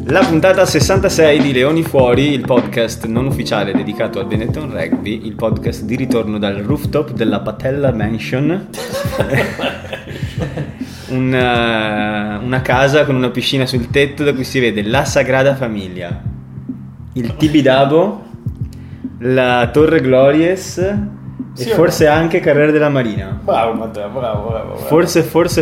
La puntata 66 di Leoni Fuori, il podcast non ufficiale dedicato al Benetton Rugby, il podcast di ritorno dal rooftop della Patella Mansion. Una casa con una piscina sul tetto da cui si vede la Sagrada Famiglia, il Tibidabo, la Torre Glorious e sì, forse anche Carrera della Marina. Bravo Matteo, bravo. Forse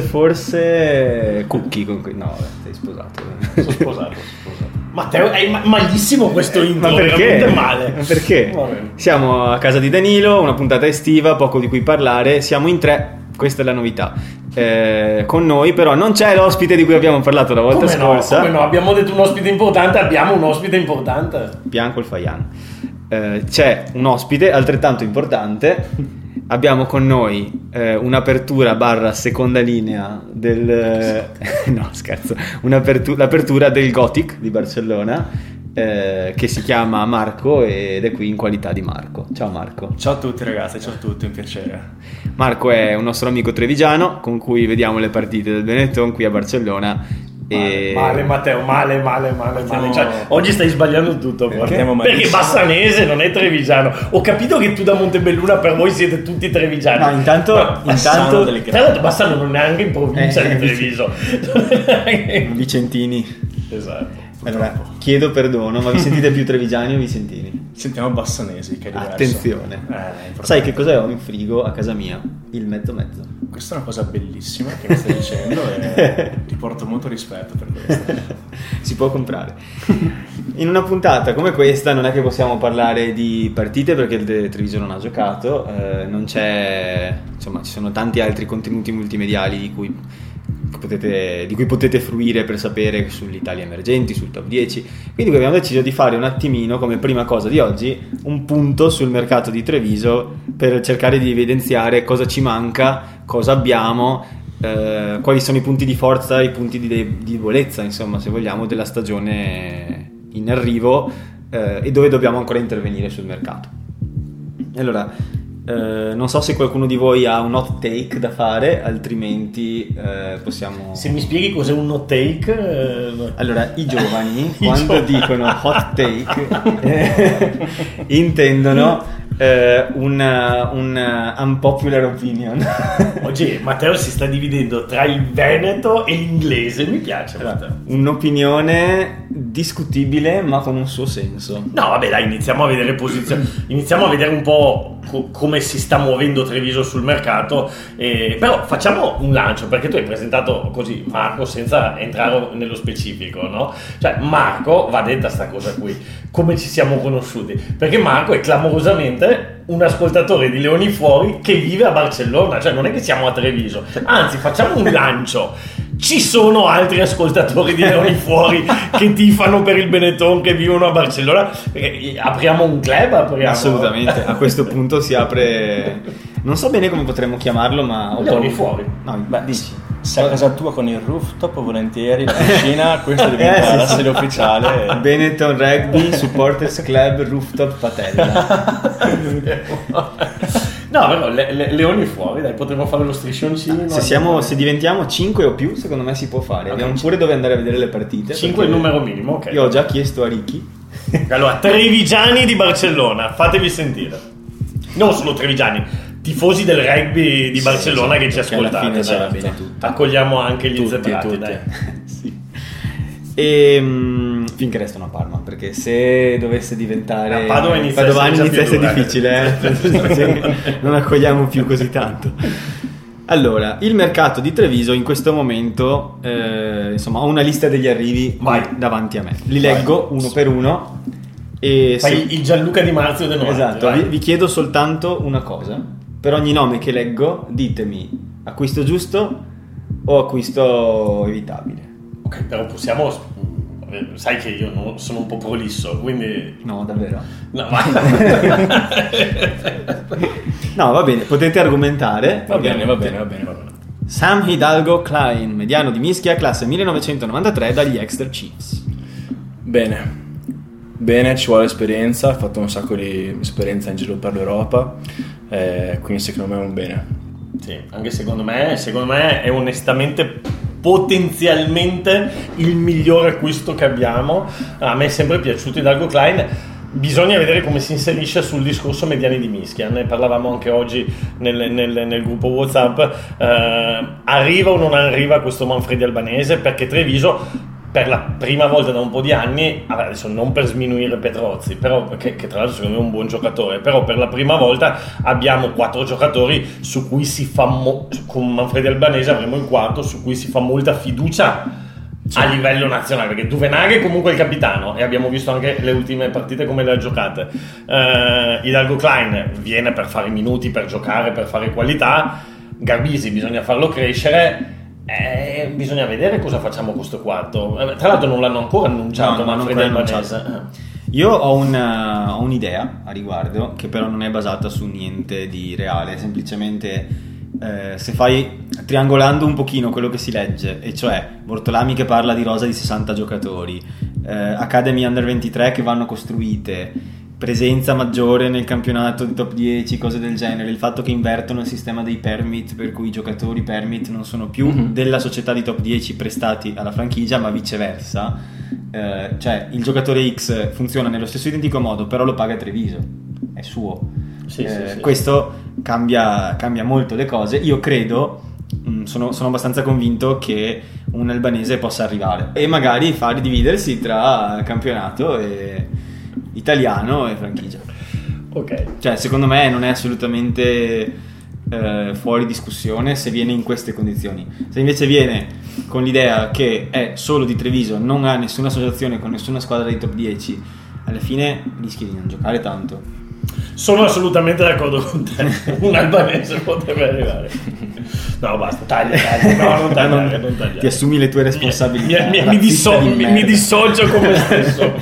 Cucchi con cui... No, sei sposato. Sono sposato. Matteo, è malissimo questo intro. Ma perché? Veramente male. Ma perché? Siamo a casa di Danilo, una puntata estiva, poco di cui parlare. Siamo in 3, questa è la novità. Con noi però non c'è l'ospite di cui abbiamo parlato la volta scorsa. Come no? Abbiamo detto un ospite importante, abbiamo un ospite importante. Bianco il Faian. C'è un ospite altrettanto importante. Abbiamo con noi un'apertura / seconda linea del no scherzo, l'apertura del Gothic di Barcellona, che si chiama Marco ed è qui in qualità di Marco. Ciao Marco. Ciao a tutti ragazzi, ciao a tutti, un piacere. Marco è un nostro amico trevigiano con cui vediamo le partite del Benetton qui a Barcellona. Male Matteo, male. Cioè, oggi stai sbagliando tutto. Perché Bassanese non è trevigiano. Ho capito che tu da Montebelluna per voi siete tutti trevigiani. No, intanto tra l'altro Bassano non è neanche in provincia di Treviso. Vicentini. Esatto. Allora, chiedo perdono, ma vi sentite più trevigiani o vicentini? Sentiamo bassanesi, che è diverso. Attenzione. Sai che cos'è? Ho in frigo a casa mia? Il mezzo. Questa è una cosa bellissima che mi stai dicendo e ti porto molto rispetto per questo. Si può comprare. In una puntata come questa non è che possiamo parlare di partite perché il Treviso non ha giocato, non c'è, insomma, ci sono tanti altri contenuti multimediali di cui potete fruire per sapere sull'Italia Emergenti, sul top 10. Quindi abbiamo deciso di fare un attimino, come prima cosa di oggi, un punto sul mercato di Treviso per cercare di evidenziare cosa ci manca, cosa abbiamo, quali sono i punti di forza, i punti di debolezza, insomma, se vogliamo, della stagione in arrivo, e dove dobbiamo ancora intervenire sul mercato. Allora, non so se qualcuno di voi ha un hot take da fare, altrimenti possiamo... Se mi spieghi cos'è un hot take? Allora, i giovani quando dicono hot take intendono un unpopular opinion. Oggi Matteo si sta dividendo tra il veneto e l'inglese, mi piace. Un'opinione discutibile ma con un suo senso. No vabbè dai, iniziamo a vedere posizioni, iniziamo a vedere un po' come si sta muovendo Treviso sul mercato, però facciamo un lancio, perché tu hai presentato così Marco senza entrare nello specifico, no? Cioè Marco, va detta sta cosa qui, come ci siamo conosciuti, perché Marco è clamorosamente un ascoltatore di Leoni Fuori che vive a Barcellona, cioè non è che siamo a Treviso, anzi facciamo un lancio. Ci sono altri ascoltatori di Leoni Fuori che tifano per il Benetton, che vivono a Barcellona? Apriamo un club? Assolutamente, a questo punto si apre, non so bene come potremmo chiamarlo, ma Leoni Fuori. No, dici. Se a casa tua con il rooftop, volentieri, la piscina, questo diventa la sede ufficiale. Benetton Rugby Supporters Club Rooftop Patella. No, però Leoni Fuori, dai, potremmo fare lo striscioncino. Se diventiamo 5 o più, secondo me si può fare. Okay. Abbiamo pure dove andare a vedere le partite. 5 è il numero minimo, ok. Io ho già chiesto a Ricky. Allora, trevigiani di Barcellona, fatevi sentire. Non solo trevigiani, tifosi del rugby di Barcellona, che ci ascoltate. Alla fine va bene tutto. Accogliamo anche gli zebrati, dai. Sì. E finché restano a Parma, perché se dovesse diventare Padovani inizia a essere difficile, non accogliamo più così tanto. Allora, il mercato di Treviso in questo momento, insomma, ho una lista degli arrivi davanti a me. Li leggo uno per uno. E fai il Gianluca Di Marzio del 90. Esatto, vi chiedo soltanto una cosa. Per ogni nome che leggo, ditemi acquisto giusto o acquisto evitabile. Ok, però possiamo... Sai che io sono un po' prolisso, quindi... No, davvero? No, no, va bene, potete argomentare. Va bene. Sam Hidalgo Klein, mediano di Mischia, classe 1993 dagli Exeter Chiefs. Bene, ci vuole esperienza, ha fatto un sacco di esperienza in giro per l'Europa, quindi secondo me è un bene. Sì, anche secondo me è onestamente potenzialmente il migliore acquisto che abbiamo. A me è sempre piaciuto Hidalgo Klein. Bisogna vedere come si inserisce sul discorso mediani di mischia. Ne parlavamo anche oggi nel gruppo WhatsApp. Arriva o non arriva questo Manfredi Albanese? Perché Treviso, per la prima volta da un po' di anni, adesso non per sminuire Petrozzi, però, che tra l'altro secondo me è un buon giocatore, però per la prima volta abbiamo 4 giocatori su cui si fa con Manfredi Albanese avremo il quarto su cui si fa molta fiducia a livello nazionale, perché Duvenaghi è comunque il capitano e abbiamo visto anche le ultime partite come le ha giocate. Hidalgo Klein viene per fare minuti, per giocare, per fare qualità. Garbisi bisogna farlo crescere. Bisogna vedere cosa facciamo con questo quarto. Tra l'altro non l'hanno ancora annunciato, ma Manfredi Albanese. Io ho un'idea a riguardo, che però non è basata su niente di reale, semplicemente se fai triangolando un pochino quello che si legge, e cioè Bortolami che parla di rosa di 60 giocatori, Academy Under 23 che vanno costruite, presenza maggiore nel campionato di top 10, cose del genere, il fatto che invertono il sistema dei permit, per cui i giocatori permit non sono più della società di top 10 prestati alla franchigia, ma viceversa, cioè il giocatore X funziona nello stesso identico modo, però lo paga Treviso, è suo. Sì. Questo cambia molto le cose. Io credo, sono abbastanza convinto che un albanese possa arrivare e magari far dividersi tra campionato e italiano e franchigia. Ok. Cioè, secondo me non è assolutamente fuori discussione se viene in queste condizioni. Se invece viene con l'idea che è solo di Treviso, non ha nessuna associazione con nessuna squadra di top 10, alla fine rischi di non giocare tanto. Sono assolutamente d'accordo con te. Un albanese potrebbe arrivare. No, basta, taglia. No, non tagliare. Ti assumi le tue responsabilità. Mi dissocio con me stesso.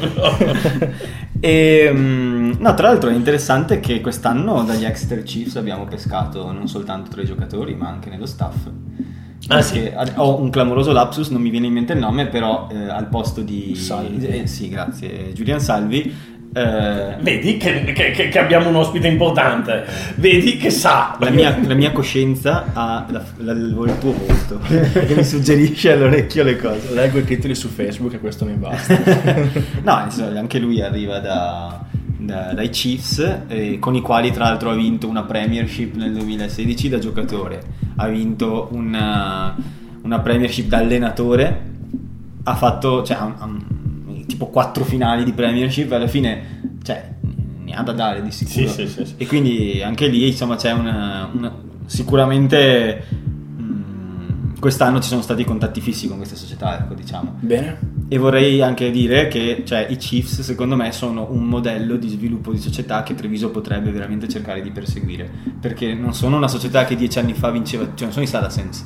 No, tra l'altro è interessante che quest'anno dagli Exeter Chiefs abbiamo pescato non soltanto tra i giocatori, ma anche nello staff. Sì. Ho un clamoroso lapsus, non mi viene in mente il nome, però al posto di Salvi. sì, grazie, Julian Salvi. Vedi che abbiamo un ospite importante, vedi che sa. La mia coscienza ha il tuo volto che mi suggerisce all'orecchio le cose. Leggo i titoli su Facebook e questo mi basta. No, anche lui arriva dai Chiefs, con i quali tra l'altro ha vinto una Premiership nel 2016 da giocatore, ha vinto una Premiership da allenatore, ha fatto tipo 4 finali di Premiership, alla fine ne ha da dare di sicuro. Sì. E quindi anche lì insomma c'è sicuramente quest'anno ci sono stati contatti fissi con queste società, ecco, diciamo. Bene. E vorrei anche dire che i Chiefs secondo me sono un modello di sviluppo di società che Treviso potrebbe veramente cercare di perseguire, perché non sono una società che 10 anni fa vinceva, non sono i Saracens,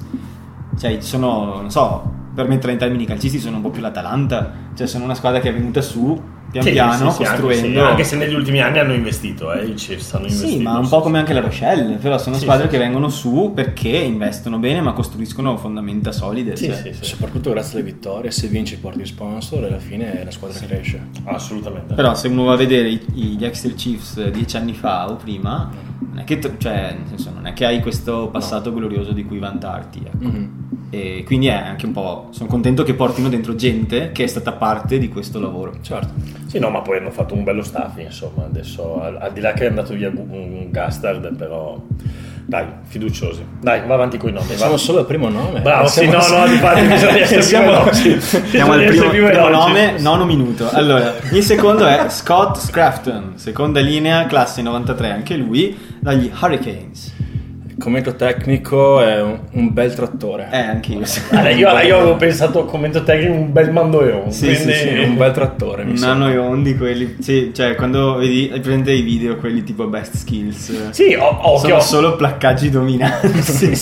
sono, non so, per mettere in termini calcisti sono un po' più l'Atalanta, sono una squadra che è venuta su piano costruendo, anche se negli ultimi anni hanno investito, i Chiefs hanno investito. Sì, ma un po' come anche la Rochelle, però sono squadre che vengono su perché investono bene ma costruiscono fondamenta solide. Sì. Soprattutto grazie alle vittorie, se vinci porti sponsor e alla fine la squadra cresce. Assolutamente. Però se uno va a vedere gli Exeter Chiefs 10 anni fa o prima, non è che nel senso, non è che hai questo passato glorioso di cui vantarti, ecco. E quindi è anche un po', sono contento che portino dentro gente che è stata parte di questo lavoro. Certo. Sì, no, ma poi hanno fatto un bello staff, insomma, adesso al di là che è andato via un Gastard, però dai, fiduciosi. Dai, va avanti con i nomi. Siamo solo al primo nome. Bravo, difatti bisogna essere più veloci. Siamo al primo nome, nono minuto. Allora, il secondo è Scott Scrafton, seconda linea, classe 93, anche lui, dagli Hurricanes. Commento tecnico è un bel trattore. Anche io. Io avevo pensato commento tecnico un bel mandoeon. Sì, un bel trattore. Un nanoion di quelli. Sì, quando hai presente i video, quelli tipo best skills. Sì, occhio. Sono solo placcaggi dominanti.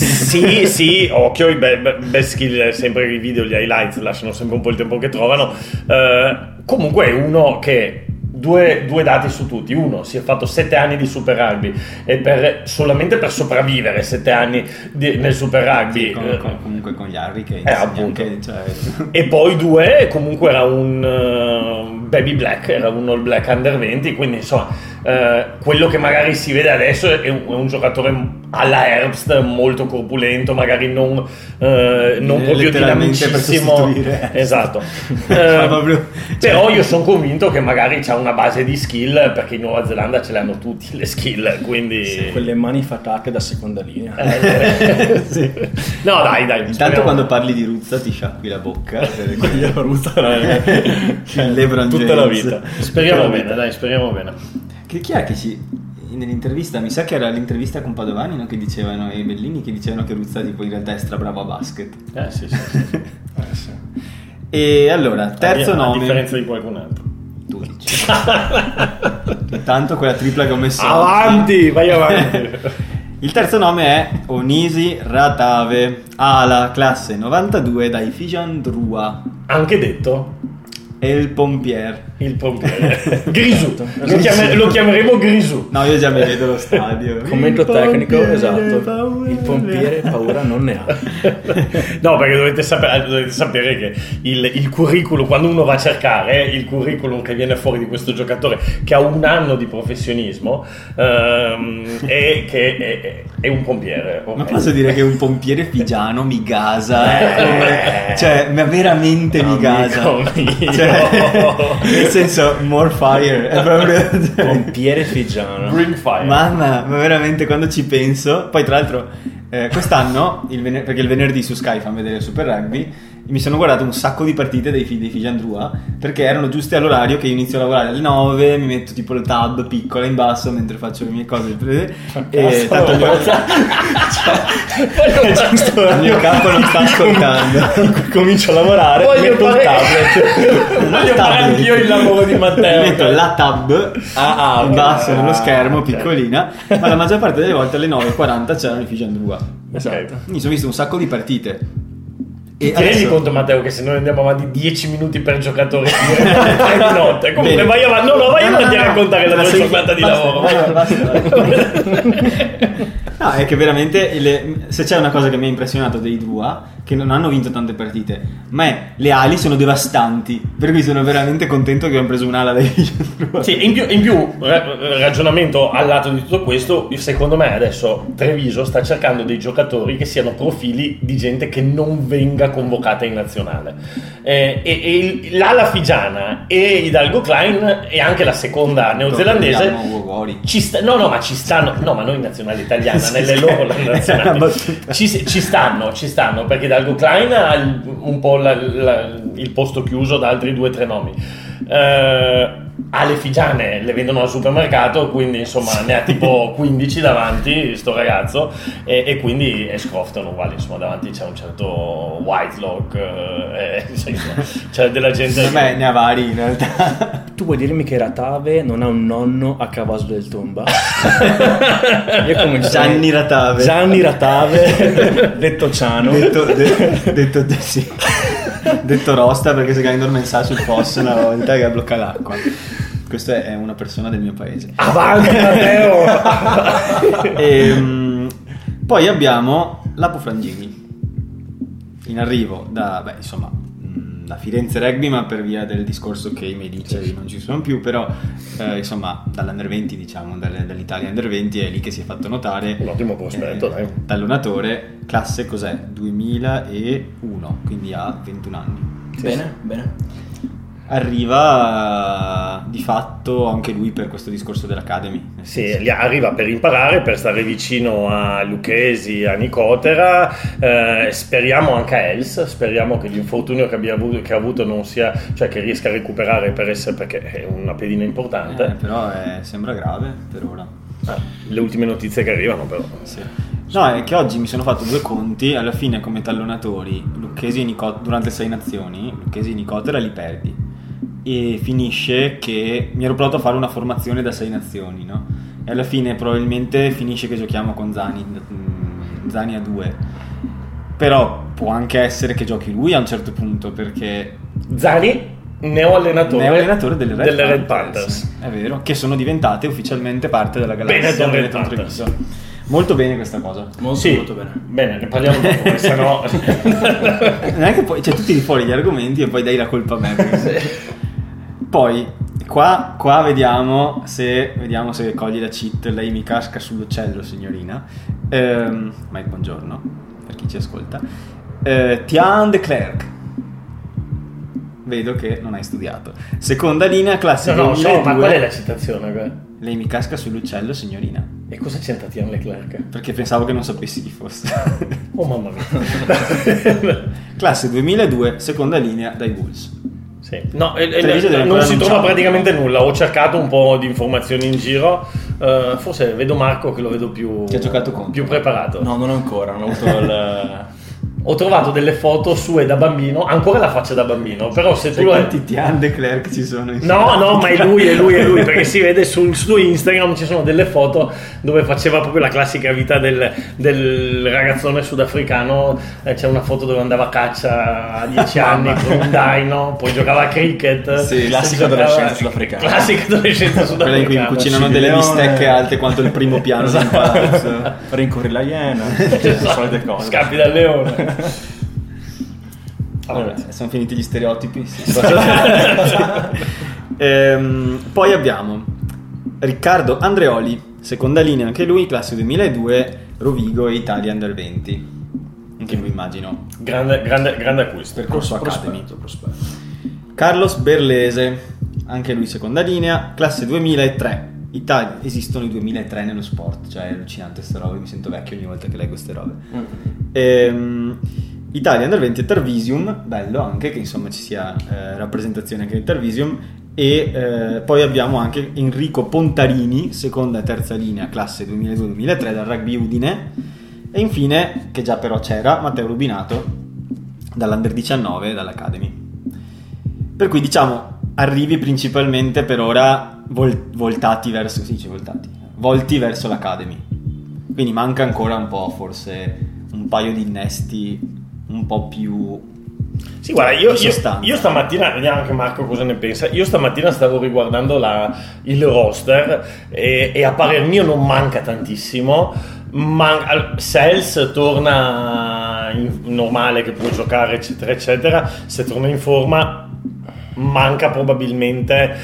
sì, occhio, i best skill, sempre i video, gli highlights lasciano sempre un po' il tempo che trovano. Comunque è uno che due dati su tutti. Uno, si è fatto 7 anni di Super Rugby e solamente per sopravvivere 7 anni nel Super Rugby, comunque con gli Hurricanes, appunto. E poi 2, comunque era un Baby Black, era un All Black Under 20, quindi insomma quello che magari si vede adesso è un giocatore alla Herbst, molto corpulento, magari non proprio dinamicissimo, esatto. Però io sono convinto che magari c'ha una base di skill, perché in Nuova Zelanda ce le hanno tutti le skill, quindi sì, quelle mani fatacche da seconda linea. Sì. No, dai. Intanto quando parli di Ruzza ti sciacqui la bocca. Ruzza LeBron tutta James. la vita. Speriamo bene. Chi è che nell'intervista, mi sa che era l'intervista con Padovani, no? Che dicevano, e Bellini, che dicevano che Ruzza tipo in realtà è strabbravo a basket. Sì. Sì. E allora, terzo nome. A differenza di qualcun altro. Tu dici. Intanto quella tripla che ho messo. Vai avanti. Il terzo nome è Onisi Ratave, ala classe 92 dai Fijan Drua. Anche detto El Pompier. il pompiere Grisù, lo chiameremo Grisù. No, io già mi vedo lo stadio. Commento tecnico, esatto. Il pompiere paura non ne ha. No, perché dovete sapere che il curriculum, quando uno va a cercare il curriculum che viene fuori di questo giocatore che ha 1 anno di professionismo, è che è un pompiere. Ma posso dire che è un pompiere figiano, mi gasa, cioè, ma veramente mi gasa, cioè, nel senso, more fire, è proprio, cioè, pompiere figiano, bring fire. Mamma, ma veramente quando ci penso, poi tra l'altro quest'anno, perché il venerdì su Sky fanno vedere il Super Rugby, mi sono guardato un sacco di partite dei Fijan Drua, perché erano giuste all'orario che io inizio a lavorare alle 9, mi metto tipo il tab piccola in basso mentre faccio le mie cose e tanto il mio capo non sta ascoltando. Comincio a lavorare, metto il tablet. Voglio fare anch'io il lavoro di Matteo. Metto la tab in basso nello schermo, piccolina, ma la maggior parte delle volte alle 9:40 c'erano i Fijan Drua. Esatto. Mi sono visto un sacco di partite. E ti rendi conto, Matteo, che se noi andiamo avanti 10 minuti per giocatore di notte, comunque vai avanti, vai avanti a raccontare la tua giornata di lavoro. No, è che veramente se c'è una cosa che mi ha impressionato dei Drua, che non hanno vinto tante partite, ma le ali sono devastanti, per cui sono veramente contento che abbiamo preso un'ala dai Drua. Sì, in più ragionamento al lato di tutto questo, secondo me adesso Treviso sta cercando dei giocatori che siano profili di gente che non venga convocata in nazionale, e l'ala figiana e Hidalgo Klein e anche la seconda neozelandese ma ci stanno, no, ma noi in nazionale italiana, nelle loro nazionali ci stanno, perché Hidalgo Klein ha un po' il posto chiuso da altri 2 o 3 nomi. Alle figiane le vendono al supermercato, quindi insomma ne ha tipo 15 davanti sto ragazzo, e quindi Scrofton uguale, insomma davanti c'è un certo Whitelock, c'è della gente. Vabbè, ne ha vari in realtà. Tu vuoi dirmi che Ratave non ha un nonno a Cavaso del Tomba? Io come Gianni Ratave detto Ciano, detto sì. Detto Rosta, perché se Gaindor Mensah sul fosso una volta che blocca l'acqua. Questa è una persona del mio paese. Avanti Matteo! Poi abbiamo Lapo Frangini in arrivo da Firenze Rugby, ma per via del discorso che i miei licei non ci sono più, però insomma dall'Under 20, diciamo dall'Italia Under 20 è lì che si è fatto notare. Un ottimo prospetto, dai. Tallonatore, classe cos'è? 2001, quindi ha 21 anni. Bene. Arriva di fatto anche lui per questo discorso dell'Academy. Sì, arriva per imparare, per stare vicino a Lucchesi, a Nicotera, speriamo anche a Els, speriamo che l'infortunio che ha avuto non sia, cioè che riesca a recuperare perché è una pedina importante. Però sembra grave per ora. Le ultime notizie che arrivano però. Sì. No, è che oggi mi sono fatto 2 conti, alla fine come tallonatori Lucchesi e durante le 6 nazioni, Lucchesi e Nicotera li perdi. E finisce che mi ero provato a fare una formazione da 6 nazioni, no? E alla fine probabilmente finisce che giochiamo con Zani a 2. Però può anche essere che giochi lui a un certo punto, perché Zani neoallenatore delle Red Panthers. È vero, che sono diventate ufficialmente parte della galassia Benetton Treviso. Molto bene questa cosa. Molto bene. Bene, ne parliamo dopo, se no non è che poi tu tiri fuori gli argomenti e poi dai la colpa a me. Poi qua vediamo se cogli la cheat. Lei mi casca sull'uccello, signorina. Mike, buongiorno, per chi ci ascolta. Tian de Klerk. Vedo che non hai studiato. Seconda linea, classe 2002. Ma qual è la citazione? Lei mi casca sull'uccello, signorina. E cosa c'entra Tian Leclerc? Perché pensavo che non sapessi chi fosse. Oh mamma mia. Classe 2002, seconda linea, dai Bulls. Sì. No, non si trova praticamente nulla. Ho cercato un po' di informazioni in giro. Forse vedo Marco che lo vedo più, che ha giocato contro. Più preparato. No, non ancora, non ho avuto il... Ho trovato delle foto sue da bambino, ancora la faccia da bambino, però se tu quanti Tian de Klerk ci sono? No, ma è lui, perché si vede sul suo Instagram ci sono delle foto dove faceva proprio la classica vita del ragazzone sudafricano. C'è una foto dove andava a caccia a 10 anni con un daino, poi giocava a cricket. Sì, classica adolescenza sudafricana. Quella in cui cucinano delle bistecche alte quanto il primo piano del palazzo. Rincorri la iena, le solite cose. Scappi dal leone. Vabbè, sono finiti gli stereotipi. Sì. Poi abbiamo Riccardo Andreoli, seconda linea anche lui, classe 2002, Rovigo e Italia Under 20. Anche lui immagino grande acquisto. Percorso Academy. Carlos Berlese, anche lui seconda linea, classe 2003. Esistono i 2003 nello sport, cioè è allucinante queste robe, mi sento vecchio ogni volta che leggo queste robe. Italia Under 20 e Tarvisium, bello anche che insomma ci sia rappresentazione anche del Tarvisium, e poi abbiamo anche Enrico Pontarini, seconda e terza linea, classe 2002-2003 dal Rugby Udine, e infine, che già però c'era, Matteo Rubinato dall'Under 19 dall'Academy. Per cui diciamo arrivi principalmente per ora volti verso l'Academy, quindi manca ancora un po', forse un paio di innesti un po' più. Sì, guarda, io stamattina, vediamo anche Marco cosa ne pensa. Io stamattina stavo riguardando il roster e a parer mio non manca tantissimo. Sels torna normale, che può giocare eccetera eccetera, se torna in forma. Manca probabilmente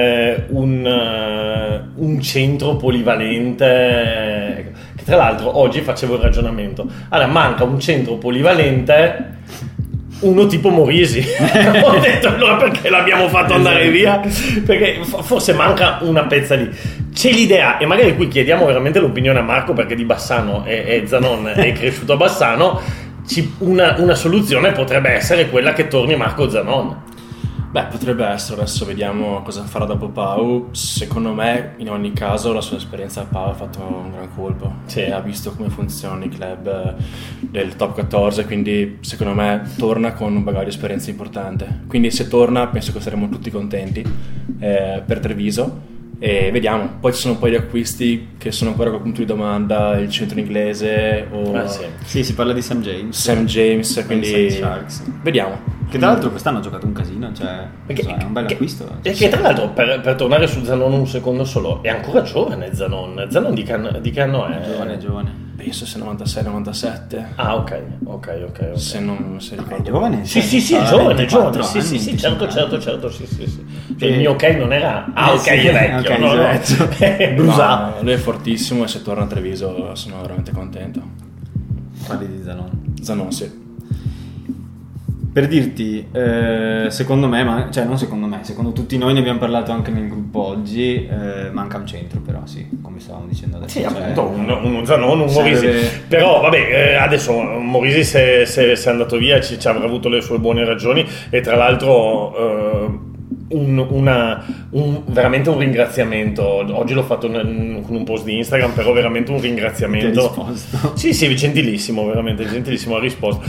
un centro polivalente, che tra l'altro oggi facevo il ragionamento. Allora, manca un centro polivalente, uno tipo Morisi. Ho detto allora perché l'abbiamo fatto andare via, perché forse manca una pezza lì. C'è l'idea, e magari qui chiediamo veramente l'opinione a Marco, perché di Bassano e Zanon è cresciuto a Bassano. Una soluzione potrebbe essere quella che torni Marco Zanon. Beh, potrebbe essere, adesso vediamo cosa farà dopo Pau. Secondo me, in ogni caso, la sua esperienza a Pau ha fatto un gran colpo. Sì. Ha visto come funzionano i club del top 14, quindi secondo me torna con un bagaglio di esperienza importante. Quindi se torna penso che saremo tutti contenti per Treviso. E vediamo, poi ci sono un po' di acquisti che sono ancora col punto di domanda, il centro inglese o sì, si parla di Sam James, quindi vediamo. Che tra l'altro quest'anno ha giocato un casino, cioè è un bel acquisto. E che tra l'altro, per tornare su Zanon un secondo solo, è ancora giovane Zanon. Zanon di che anno è? Giovane. Penso sia 96-97. Ah, ok. Se non si ricordo. È giovane? Sì, è giovane. Sì, certo, sì. Cioè, il mio ok non era... Ah, ok, è vecchio. No. Brusato. No, lui è fortissimo e se torna a Treviso sono veramente contento. Parli di Zanon, sì. Per dirti, secondo me, secondo tutti noi, ne abbiamo parlato anche nel gruppo oggi, manca un centro però, sì, come stavamo dicendo adesso. Sì, appunto, uno Zanon, un Morisi. Però vabbè, adesso Morisi se è andato via ci avrà avuto le sue buone ragioni, e tra l'altro veramente un ringraziamento. Oggi l'ho fatto con un post di Instagram, però veramente un ringraziamento. Sì, gentilissimo, veramente gentilissimo, ha risposto.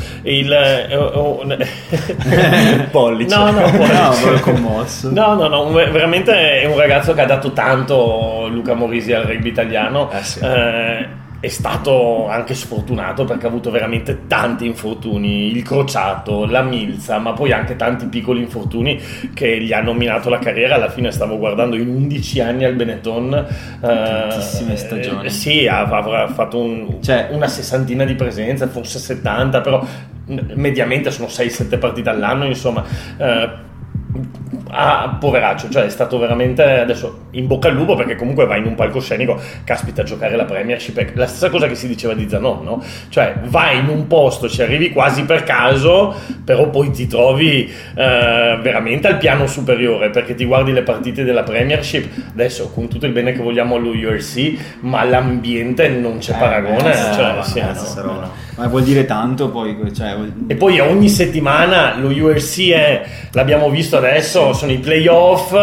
Pollice. No, commosso. No, veramente è un ragazzo che ha dato tanto, Luca Morisi, al rugby italiano. Sì. È stato anche sfortunato perché ha avuto veramente tanti infortuni, il crociato, la milza, ma poi anche tanti piccoli infortuni che gli hanno minato la carriera. Alla fine stavo guardando, in 11 anni al Benetton, tantissime stagioni. Sì, avrà fatto una sessantina di presenze, forse 70, però mediamente sono 6-7 partite all'anno, insomma. poveraccio, cioè è stato veramente, adesso in bocca al lupo, perché comunque vai in un palcoscenico, caspita, a giocare la Premiership è la stessa cosa che si diceva di Zanon, no? Cioè vai in un posto, ci arrivi quasi per caso, però poi ti trovi veramente al piano superiore, perché ti guardi le partite della Premiership, adesso con tutto il bene che vogliamo allo URC, ma l'ambiente non c'è paragone, ma vuol dire tanto poi, cioè, e poi ogni settimana lo URC l'abbiamo visto adesso, sono i playoff,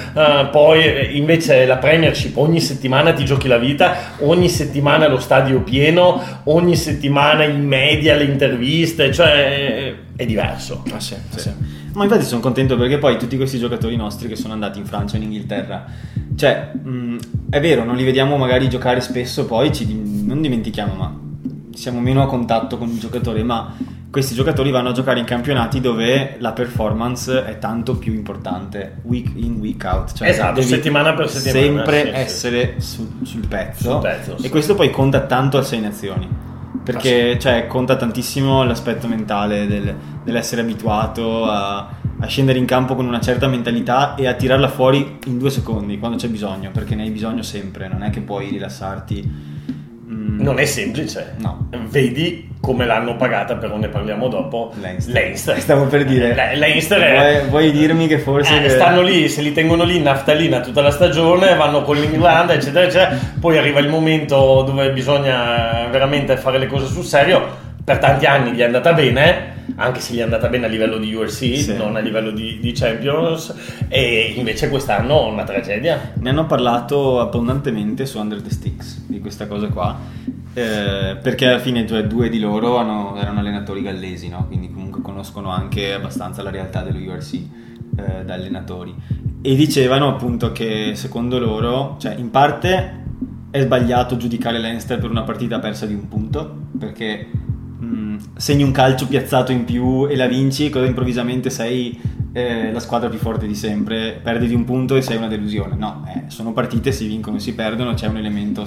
poi invece la Premiership ogni settimana ti giochi la vita, ogni settimana lo stadio pieno, ogni settimana in media le interviste, cioè è diverso. Sì. Ma infatti sono contento perché poi tutti questi giocatori nostri che sono andati in Francia e in Inghilterra, cioè è vero, non li vediamo magari giocare spesso, poi non dimentichiamo, ma siamo meno a contatto con il giocatore, ma questi giocatori vanno a giocare in campionati dove la performance è tanto più importante, week in, week out, cioè esatto, settimana per settimana, sempre essere sul pezzo, e questo poi conta tanto a 6 nazioni, perché cioè, conta tantissimo l'aspetto mentale dell'essere abituato a scendere in campo con una certa mentalità e a tirarla fuori in 2 secondi quando c'è bisogno, perché ne hai bisogno sempre, non è che puoi rilassarti. Non è semplice, no. Vedi come l'hanno pagata, però ne parliamo dopo. Leinster. Stavo per dire Leinster vuoi dirmi che forse stanno lì, se li tengono lì in naftalina tutta la stagione, vanno con l'Inghilterra eccetera eccetera, poi arriva il momento dove bisogna veramente fare le cose sul serio. Per tanti anni gli è andata bene, anche se gli è andata bene a livello di URC, non a livello di Champions, e invece quest'anno una tragedia. Ne hanno parlato abbondantemente su Under the Sticks di questa cosa qua, perché alla fine 2 di loro erano allenatori gallesi, no? Quindi comunque conoscono anche abbastanza la realtà dello URC da allenatori, e dicevano appunto che secondo loro, cioè in parte è sbagliato giudicare Leinster per una partita persa di 1 punto, perché segni un calcio piazzato in più e la vinci, cosa improvvisamente sei la squadra più forte di sempre, perdi di 1 punto e sei una delusione. No, sono partite, si vincono e si perdono, c'è un elemento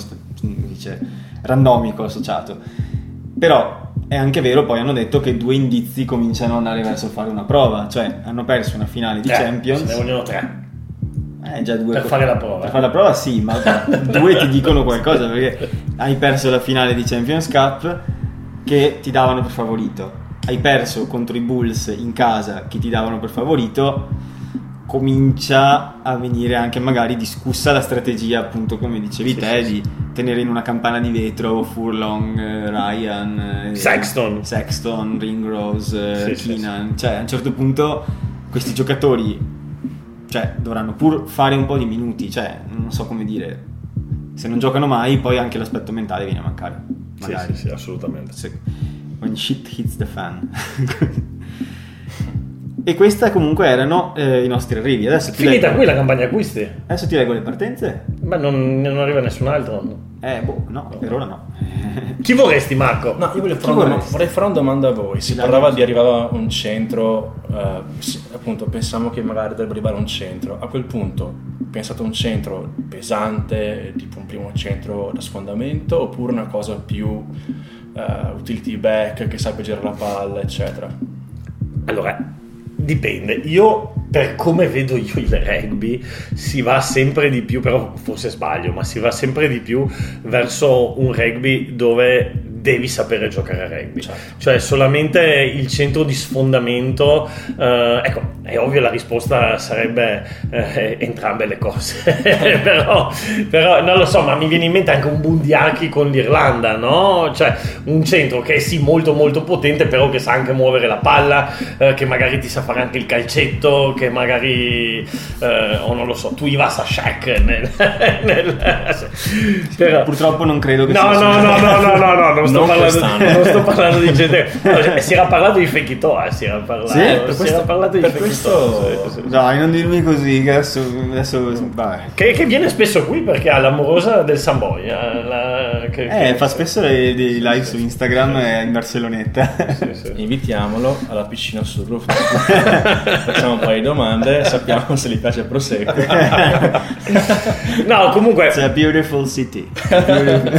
randomico associato. Però è anche vero, poi hanno detto che 2 indizi cominciano ad andare verso fare una prova, cioè hanno perso una finale di Champions. Ce ne vogliono 3. Già 2 per fare la prova. Per fare la prova sì, ma 2 ti dicono qualcosa, perché hai perso la finale di Champions Cup che ti davano per favorito, hai perso contro i Bulls in casa che ti davano per favorito, comincia a venire anche magari discussa la strategia, appunto come dicevi te, di tenere in una campana di vetro Furlong, Ryan, Sexton, Ringrose, Keenan. Cioè a un certo punto questi giocatori, cioè, dovranno pur fare un po' di minuti, cioè non so come dire, se non giocano mai poi anche l'aspetto mentale viene a mancare magari. Sì, assolutamente. When shit hits the fan. E queste comunque erano i nostri arrivi. Adesso finita qui la campagna acquisti. Adesso ti leggo le partenze. Ma non arriva nessun altro? No, per ora no. Chi vorresti, Marco? No, io vorrei fare una domanda a voi. Si parlava di arrivare a un centro, appunto pensavo che magari dovrebbe arrivare a un centro. A quel punto pensate a un centro pesante, tipo un primo centro da sfondamento, oppure una cosa più utility back che sappia girare la palla, eccetera? Allora, dipende. Io, per come vedo io il rugby, si va sempre di più, però forse sbaglio, ma si va sempre di più verso un rugby dove devi sapere giocare a rugby, cioè solamente il centro di sfondamento. Ecco, è ovvio, la risposta sarebbe entrambe le cose. però non lo so, ma mi viene in mente anche un Bundiaki con l'Irlanda, no? Cioè un centro che è sì molto molto potente, però che sa anche muovere la palla, che magari ti sa fare anche il calcetto, che magari o non lo so, tu vas a Shaq però, purtroppo non credo che no, non sto parlando di gente. Si era parlato di Fekitoa, si era parlato di Fekitoa. Dai, non dirmi così, che adesso vabbè. Che viene spesso qui perché ha l'amorosa del Samboy, fa spesso dei live su Instagram in Barcelonetta. Sì. Invitiamolo alla piscina sul roof, facciamo un paio di domande, sappiamo se gli piace il prosecco. No, comunque it's a beautiful city.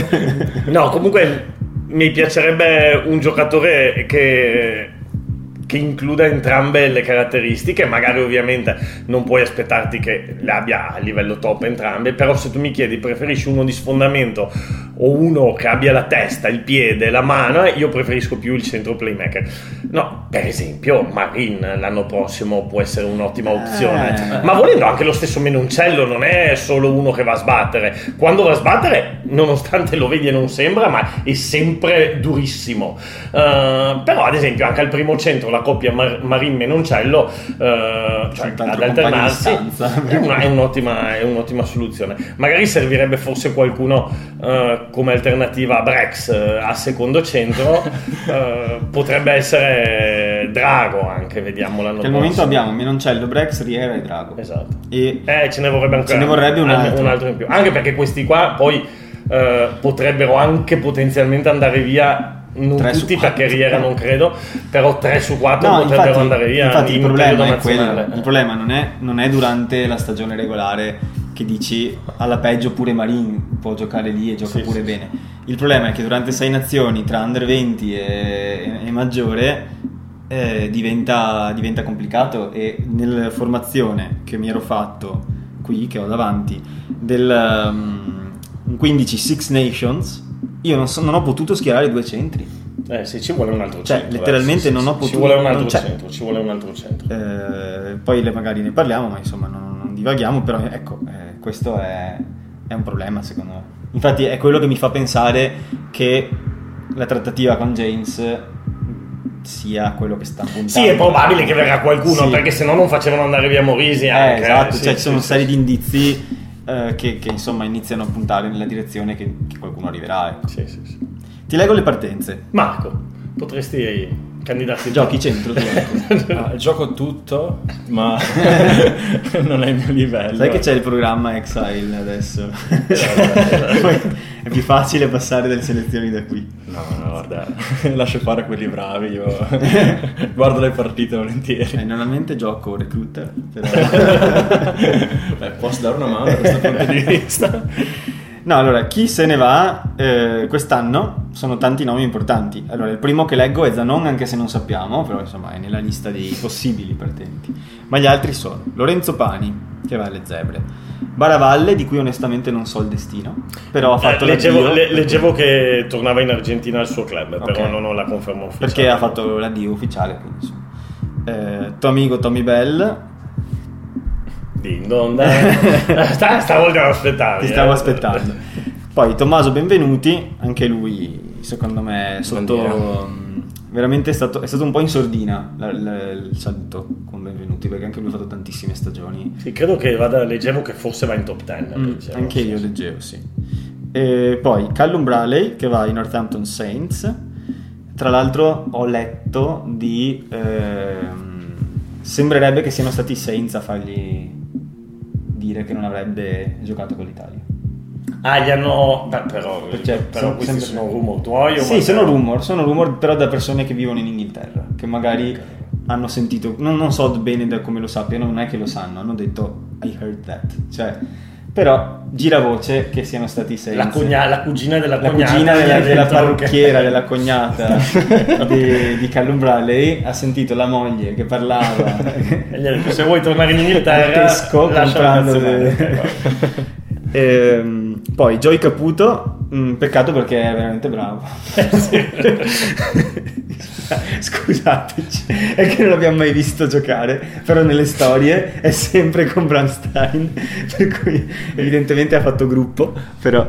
No, comunque mi piacerebbe un giocatore che che includa entrambe le caratteristiche. Magari ovviamente non puoi aspettarti che le abbia a livello top entrambe, però se tu mi chiedi preferisci uno di sfondamento o uno che abbia la testa, il piede, la mano, io preferisco più il centro playmaker. No, per esempio Marin l'anno prossimo può essere un'ottima opzione, ma volendo anche lo stesso Menoncello non è solo uno che va a sbattere. Quando va a sbattere, nonostante lo vedi e non sembra, ma è sempre durissimo. Però ad esempio anche al primo centro la coppia Marin-Menoncello, cioè ad alternarsi è un'ottima soluzione. Magari servirebbe forse qualcuno come alternativa a Brex a secondo centro. Potrebbe essere Drago anche, vediamo l'anno prossimo. Al momento abbiamo Menoncello, Brex, Riera e Drago. Esatto. E ce ne vorrebbe ancora, ce ne vorrebbe un altro in più, anche perché questi qua poi potrebbero anche potenzialmente andare via. Non tutti, perché Riera non credo, però 3 su 4 potrebbero andare via. Infatti il problema è quello. Il problema non è durante la stagione regolare, che dici alla peggio pure Marin può giocare lì e gioca pure bene. Il problema è che durante 6 nazioni tra under 20 e maggiore diventa complicato, e nella formazione che mi ero fatto qui, che ho davanti, del 15 Six Nations, io non ho potuto schierare 2 centri. Sì, ci vuole un altro centro. Letteralmente non ho potuto. Ci vuole un altro centro. Ci vuole un altro centro. Poi magari ne parliamo, ma insomma non divaghiamo. Però ecco, questo è un problema secondo me. Infatti è quello che mi fa pensare che la trattativa con James sia quello che sta puntando. Sì, è probabile che verrà qualcuno, perché se no non facevano andare via Morisi anche. Esatto, ci sono una serie di indizi che insomma iniziano a puntare nella direzione che qualcuno arriverà. Sì. Ti leggo le partenze. Marco, potresti candidarti? Giochi centro? Gioco tutto, ma non è il mio livello. Sai che c'è il programma Exile adesso? È più facile passare delle selezioni da qui. No, guarda, lascio fare quelli bravi, io guardo le partite volentieri. Normalmente gioco recruiter, però... Beh, posso dare una mano da questo punto di vista? No, allora, chi se ne va quest'anno sono tanti nomi importanti. Allora, il primo che leggo è Zanon, anche se non sappiamo, però insomma è nella lista dei possibili partenti. Ma gli altri sono Lorenzo Pani, che va alle Zebre, Baravalle, di cui onestamente non so il destino, però ha fatto leggevo che tornava in Argentina al suo club, però non ho la conferma ufficiale. Perché ha fatto l'addio ufficiale, quindi insomma. Tuo amico Tommy Bell. Stavolta aspettare. Ti stavo aspettando. Poi Tommaso Benvenuti, anche lui secondo me veramente è stato un po' in sordina il saluto con Benvenuti, perché anche lui ha fatto tantissime stagioni. Sì, credo che leggevo che forse va in top 10. Anche io leggevo, sì. E poi Callum Bradley, che va ai Northampton Saints. Tra l'altro ho letto di sembrerebbe che siano stati i Saints a fargli dire che non avrebbe giocato con l'Italia. Gli hanno... però questi sono rumor tuoi? Sì, sono rumor però da persone che vivono in Inghilterra, che magari hanno sentito, non so bene da come lo sappiano, non è che lo sanno, hanno detto I heard that, cioè, però gira voce che siano stati i Saints. La cugina della della parrucchiera della cognata di Callum Bradley ha sentito la moglie che parlava se vuoi tornare in Inghilterra comprando poi Joey Caputo, peccato perché è veramente bravo. Scusateci, è che non l'abbiamo mai visto giocare, però nelle storie è sempre con Bramstein, per cui evidentemente ha fatto gruppo, però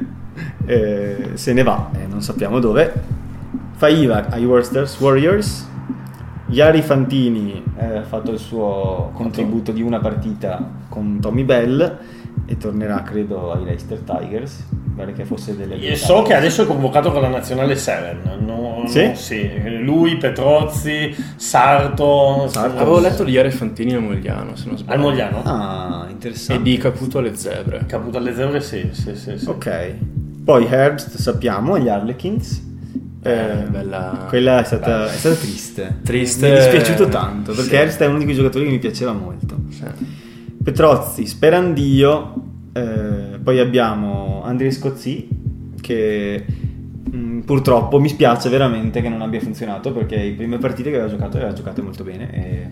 se ne va, non sappiamo dove. Faiva ai Worcester Warriors. Jari Fantini ha fatto il suo contributo di una partita con Tommy Bell e tornerà credo ai Leicester Tigers. Pare che fosse delle so che adesso è convocato con la nazionale 7. Sì, lui, Petrozzi, Sarto. Avevo letto di Jari Fantini al Mogliano, se non sbaglio. Al Mogliano? Ah, interessante. E di Caputo alle Zebre. Caputo alle Zebre, sì. Ok. Poi Herbst sappiamo, gli Harlequins. Bella. Quella è stata triste. Mi è dispiaciuto tanto, perché Herbst è uno di quei giocatori che mi piaceva molto. Sì. Petrozzi, Sperandio, poi abbiamo Andrei Scozzi che purtroppo mi spiace veramente che non abbia funzionato, perché le prime partite che aveva giocate molto bene e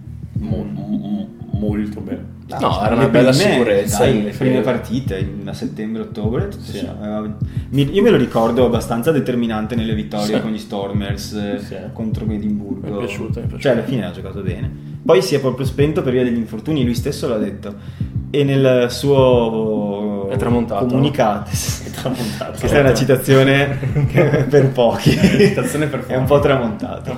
molto bene. No, era una bella sicurezza. Le prime partite a settembre-ottobre, io me lo ricordo abbastanza determinante nelle vittorie con gli Stormers contro Edimburgo. Mi è piaciuto. Cioè alla fine ha giocato bene. Poi si è proprio spento per via degli infortuni, lui stesso l'ha detto. E nel suo è tramontato. comunicato, È tramontato. questa è una citazione per pochi, Citazione per è un po' tramontato.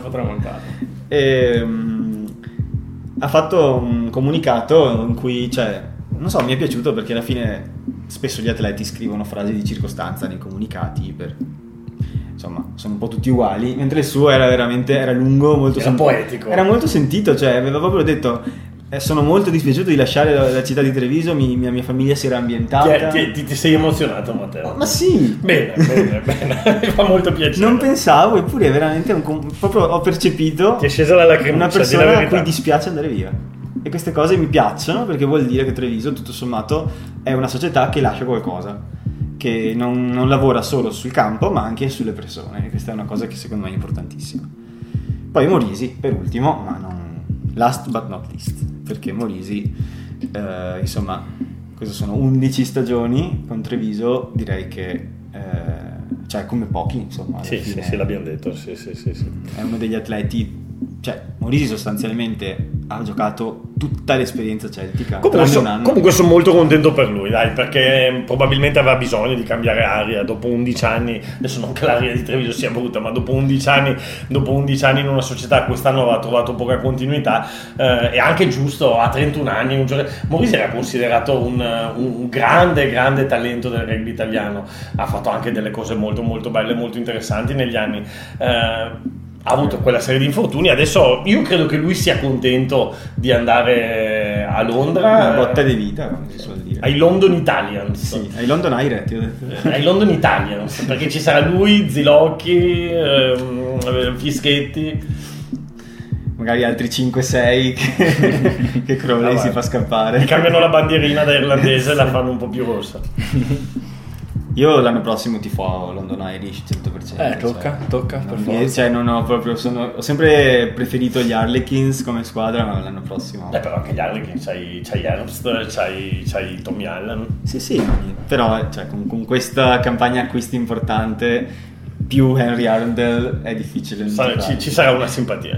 Ha fatto un comunicato in cui, non so, mi è piaciuto perché alla fine spesso gli atleti scrivono frasi di circostanza nei comunicati insomma, sono un po' tutti uguali, mentre il suo era lungo, molto poetico. Era molto sentito, aveva proprio detto: sono molto dispiaciuto di lasciare la città di Treviso, mia famiglia si era ambientata. Ti sei emozionato, Matteo? Ma sì! Bene, mi fa molto piacere. Non pensavo, eppure veramente proprio ho percepito ti è scesa la lacrimuccia, una persona a cui dispiace andare via. E queste cose mi piacciono perché vuol dire che Treviso, tutto sommato, è una società che lascia qualcosa, che non lavora solo sul campo ma anche sulle persone, e questa è una cosa che secondo me è importantissima. Poi Morisi, per ultimo, ma non last but not least, perché Morisi, insomma, queste sono 11 stagioni con Treviso, direi che come pochi, insomma. Sì, l'abbiamo detto, sì. È uno degli atleti, Morisi sostanzialmente ha giocato tutta l'esperienza celtica. Comunque sono molto contento per lui, dai, perché probabilmente aveva bisogno di cambiare aria dopo 11 anni. Adesso non che l'aria di Treviso sia brutta, ma dopo 11 anni in una società quest'anno aveva trovato poca continuità, è anche giusto, a 31 anni. Morisi era considerato un grande talento del rugby italiano, ha fatto anche delle cose molto molto belle, molto interessanti negli anni. Ha avuto quella serie di infortuni, adesso io credo che lui sia contento di andare a Londra, una botta di vita, come si suol dire, ai London Italians. Sì, ai London Irish, ti ho detto. Ai London Italians, perché ci sarà lui, Zilocchi, Fischetti, magari altri 5-6 che Crowley si fa scappare, cambiano la bandierina da irlandese e la fanno un po' più rossa. Io l'anno prossimo tifo London Irish 100%. Tocca per forza. Non ho proprio, ho sempre preferito gli Harlequins come squadra, ma l'anno prossimo. Però anche gli Harlequins c'hai Herbst, c'hai Tommy Allen. Sì, però con questa campagna acquisti importante più Henry Arundel è difficile. Ci sarà una simpatia.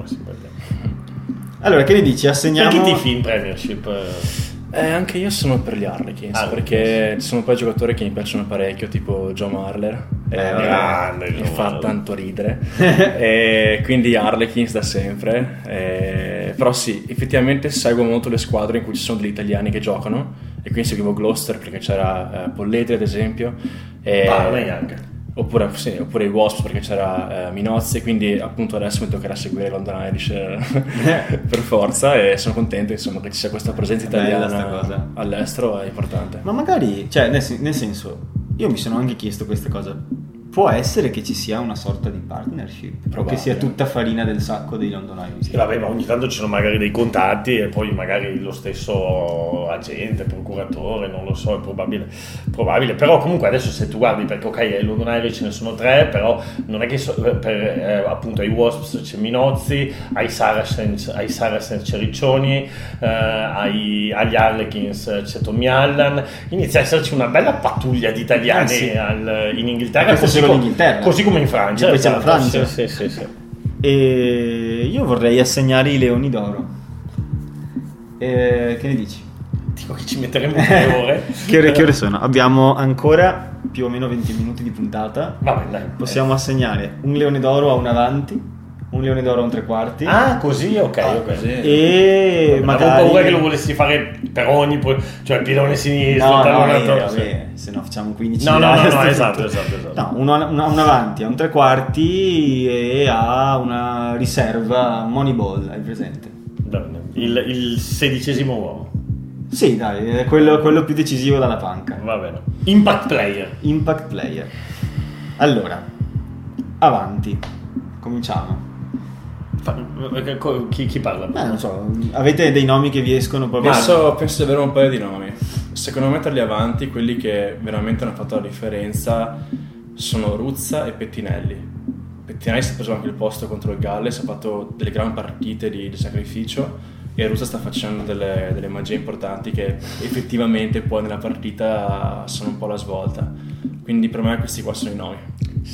Allora, che ne dici? Assegniamo. Per chi tifi in Premiership? Anche io sono per gli Harlequins, perché ci sono poi giocatori che mi piacciono parecchio, tipo Joe Marler, che fa tanto ridere, e quindi Harlequins da sempre. Però sì, effettivamente seguo molto le squadre in cui ci sono degli italiani che giocano, e quindi seguivo Gloucester perché c'era Polledri ad esempio, anche. Oppure i Wasps perché c'era Minozzi, quindi appunto adesso mi toccherà seguire London Irish per forza, e sono contento insomma che ci sia questa presenza italiana all'estero, è importante. Ma magari, nel senso, io mi sono anche chiesto questa cosa: può essere che ci sia una sorta di partnership, o che sia tutta farina del sacco dei London Irish? Vabbè, ma ogni tanto ci sono magari dei contatti, e poi magari lo stesso agente, procuratore, non lo so, è probabile. Però comunque adesso se tu guardi, perché ok, ai London Irish ce ne sono 3, però non è che appunto ai Wasps c'è Minozzi, ai Saracens c'è Riccioni, agli Harlequins c'è Tommy Allen. Inizia a esserci una bella pattuglia di italiani in Inghilterra, così come in Francia. Poi c'è la Francia. Sì. E io vorrei assegnare i Leoni d'Oro. Che ne dici? Dico che ci metteremo 3 ore. Che ore sono? Abbiamo ancora più o meno 20 minuti di puntata. Vabbè, dai. Possiamo assegnare un Leone d'Oro a un avanti, un Leone d'Oro a un tre quarti. Così, ok. Così. E magari avevo paura che lo volessi fare per ogni, cioè il pilone sinistro, se no facciamo 15. No, esatto. No, un avanti, a un tre quarti e a una riserva Moneyball, hai presente? Il 16° uomo. Sì, dai, è quello più decisivo dalla panca. Va bene. Impact player. Allora, avanti. Cominciamo. Chi parla? Non so, avete dei nomi che vi escono proprio? Penso di avere un paio di nomi. Secondo me tra gli avanti, quelli che veramente hanno fatto la differenza sono Ruzza e Pettinelli. Pettinelli si è preso anche il posto contro il Galles, ha fatto delle gran partite di sacrificio, e Ruzza sta facendo delle magie importanti che effettivamente poi nella partita sono un po' la svolta. Quindi per me questi qua sono i nomi.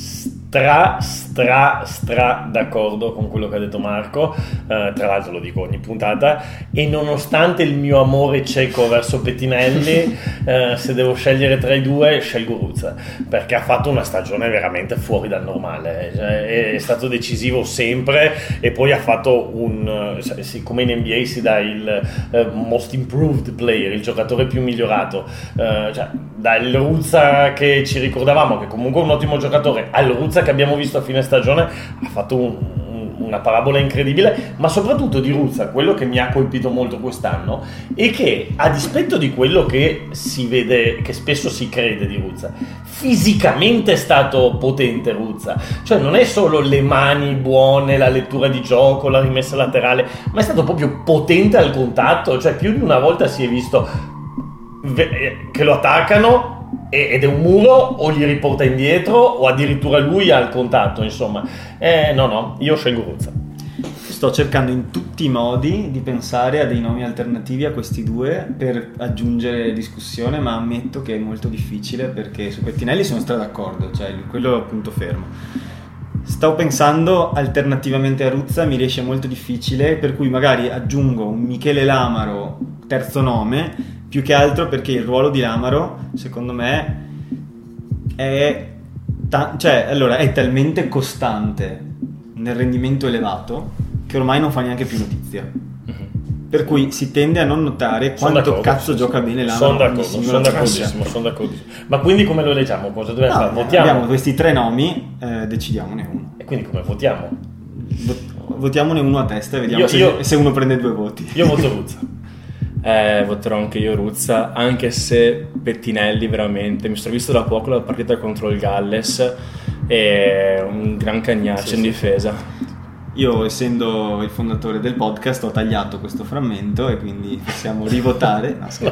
Stra d'accordo con quello che ha detto Marco, tra l'altro lo dico ogni puntata, e nonostante il mio amore cieco verso Pettinelli, se devo scegliere tra i due scelgo Ruzza, perché ha fatto una stagione veramente fuori dal normale, cioè, è stato decisivo sempre, e poi ha fatto come in NBA si dà il most improved player, il giocatore più migliorato, cioè dal Ruzza che ci ricordavamo, che comunque è un ottimo giocatore, al Ruzza che abbiamo visto a fine stagione, ha fatto una parabola incredibile. Ma soprattutto di Ruzza, quello che mi ha colpito molto quest'anno è che, a dispetto di quello che si vede, che spesso si crede di Ruzza, fisicamente è stato potente Ruzza, cioè non è solo le mani buone, la lettura di gioco, la rimessa laterale, ma è stato proprio potente al contatto, cioè più di una volta si è visto che lo attaccano ed è un muro, o gli riporta indietro, o addirittura lui al contatto, insomma. No, io scelgo Ruzza. Sto cercando in tutti i modi di pensare a dei nomi alternativi a questi due per aggiungere discussione, ma ammetto che è molto difficile, perché su Pettinelli sono d'accordo, cioè quello è punto fermo. Stavo pensando alternativamente a Ruzza, mi riesce molto difficile, per cui magari aggiungo un Michele Lamaro, terzo nome, più che altro perché il ruolo di Lamaro, secondo me, è talmente costante nel rendimento elevato che ormai non fa neanche più notizia. Per cui si tende a non notare quanto cazzo gioca bene Lamaro. Sono d'accordissimo. Ma quindi come lo leggiamo? Cosa dobbiamo fare? Votiamo? Abbiamo questi tre nomi, decidiamone uno. E quindi come votiamo? Votiamone uno a testa e vediamo se uno prende 2 voti. Io voto Ruzza. Voterò anche io Ruzza, anche se Pettinelli veramente, mi sono visto da poco la partita contro il Galles, è un gran cagnaccio in difesa. Io, essendo il fondatore del podcast, ho tagliato questo frammento e quindi possiamo rivotare.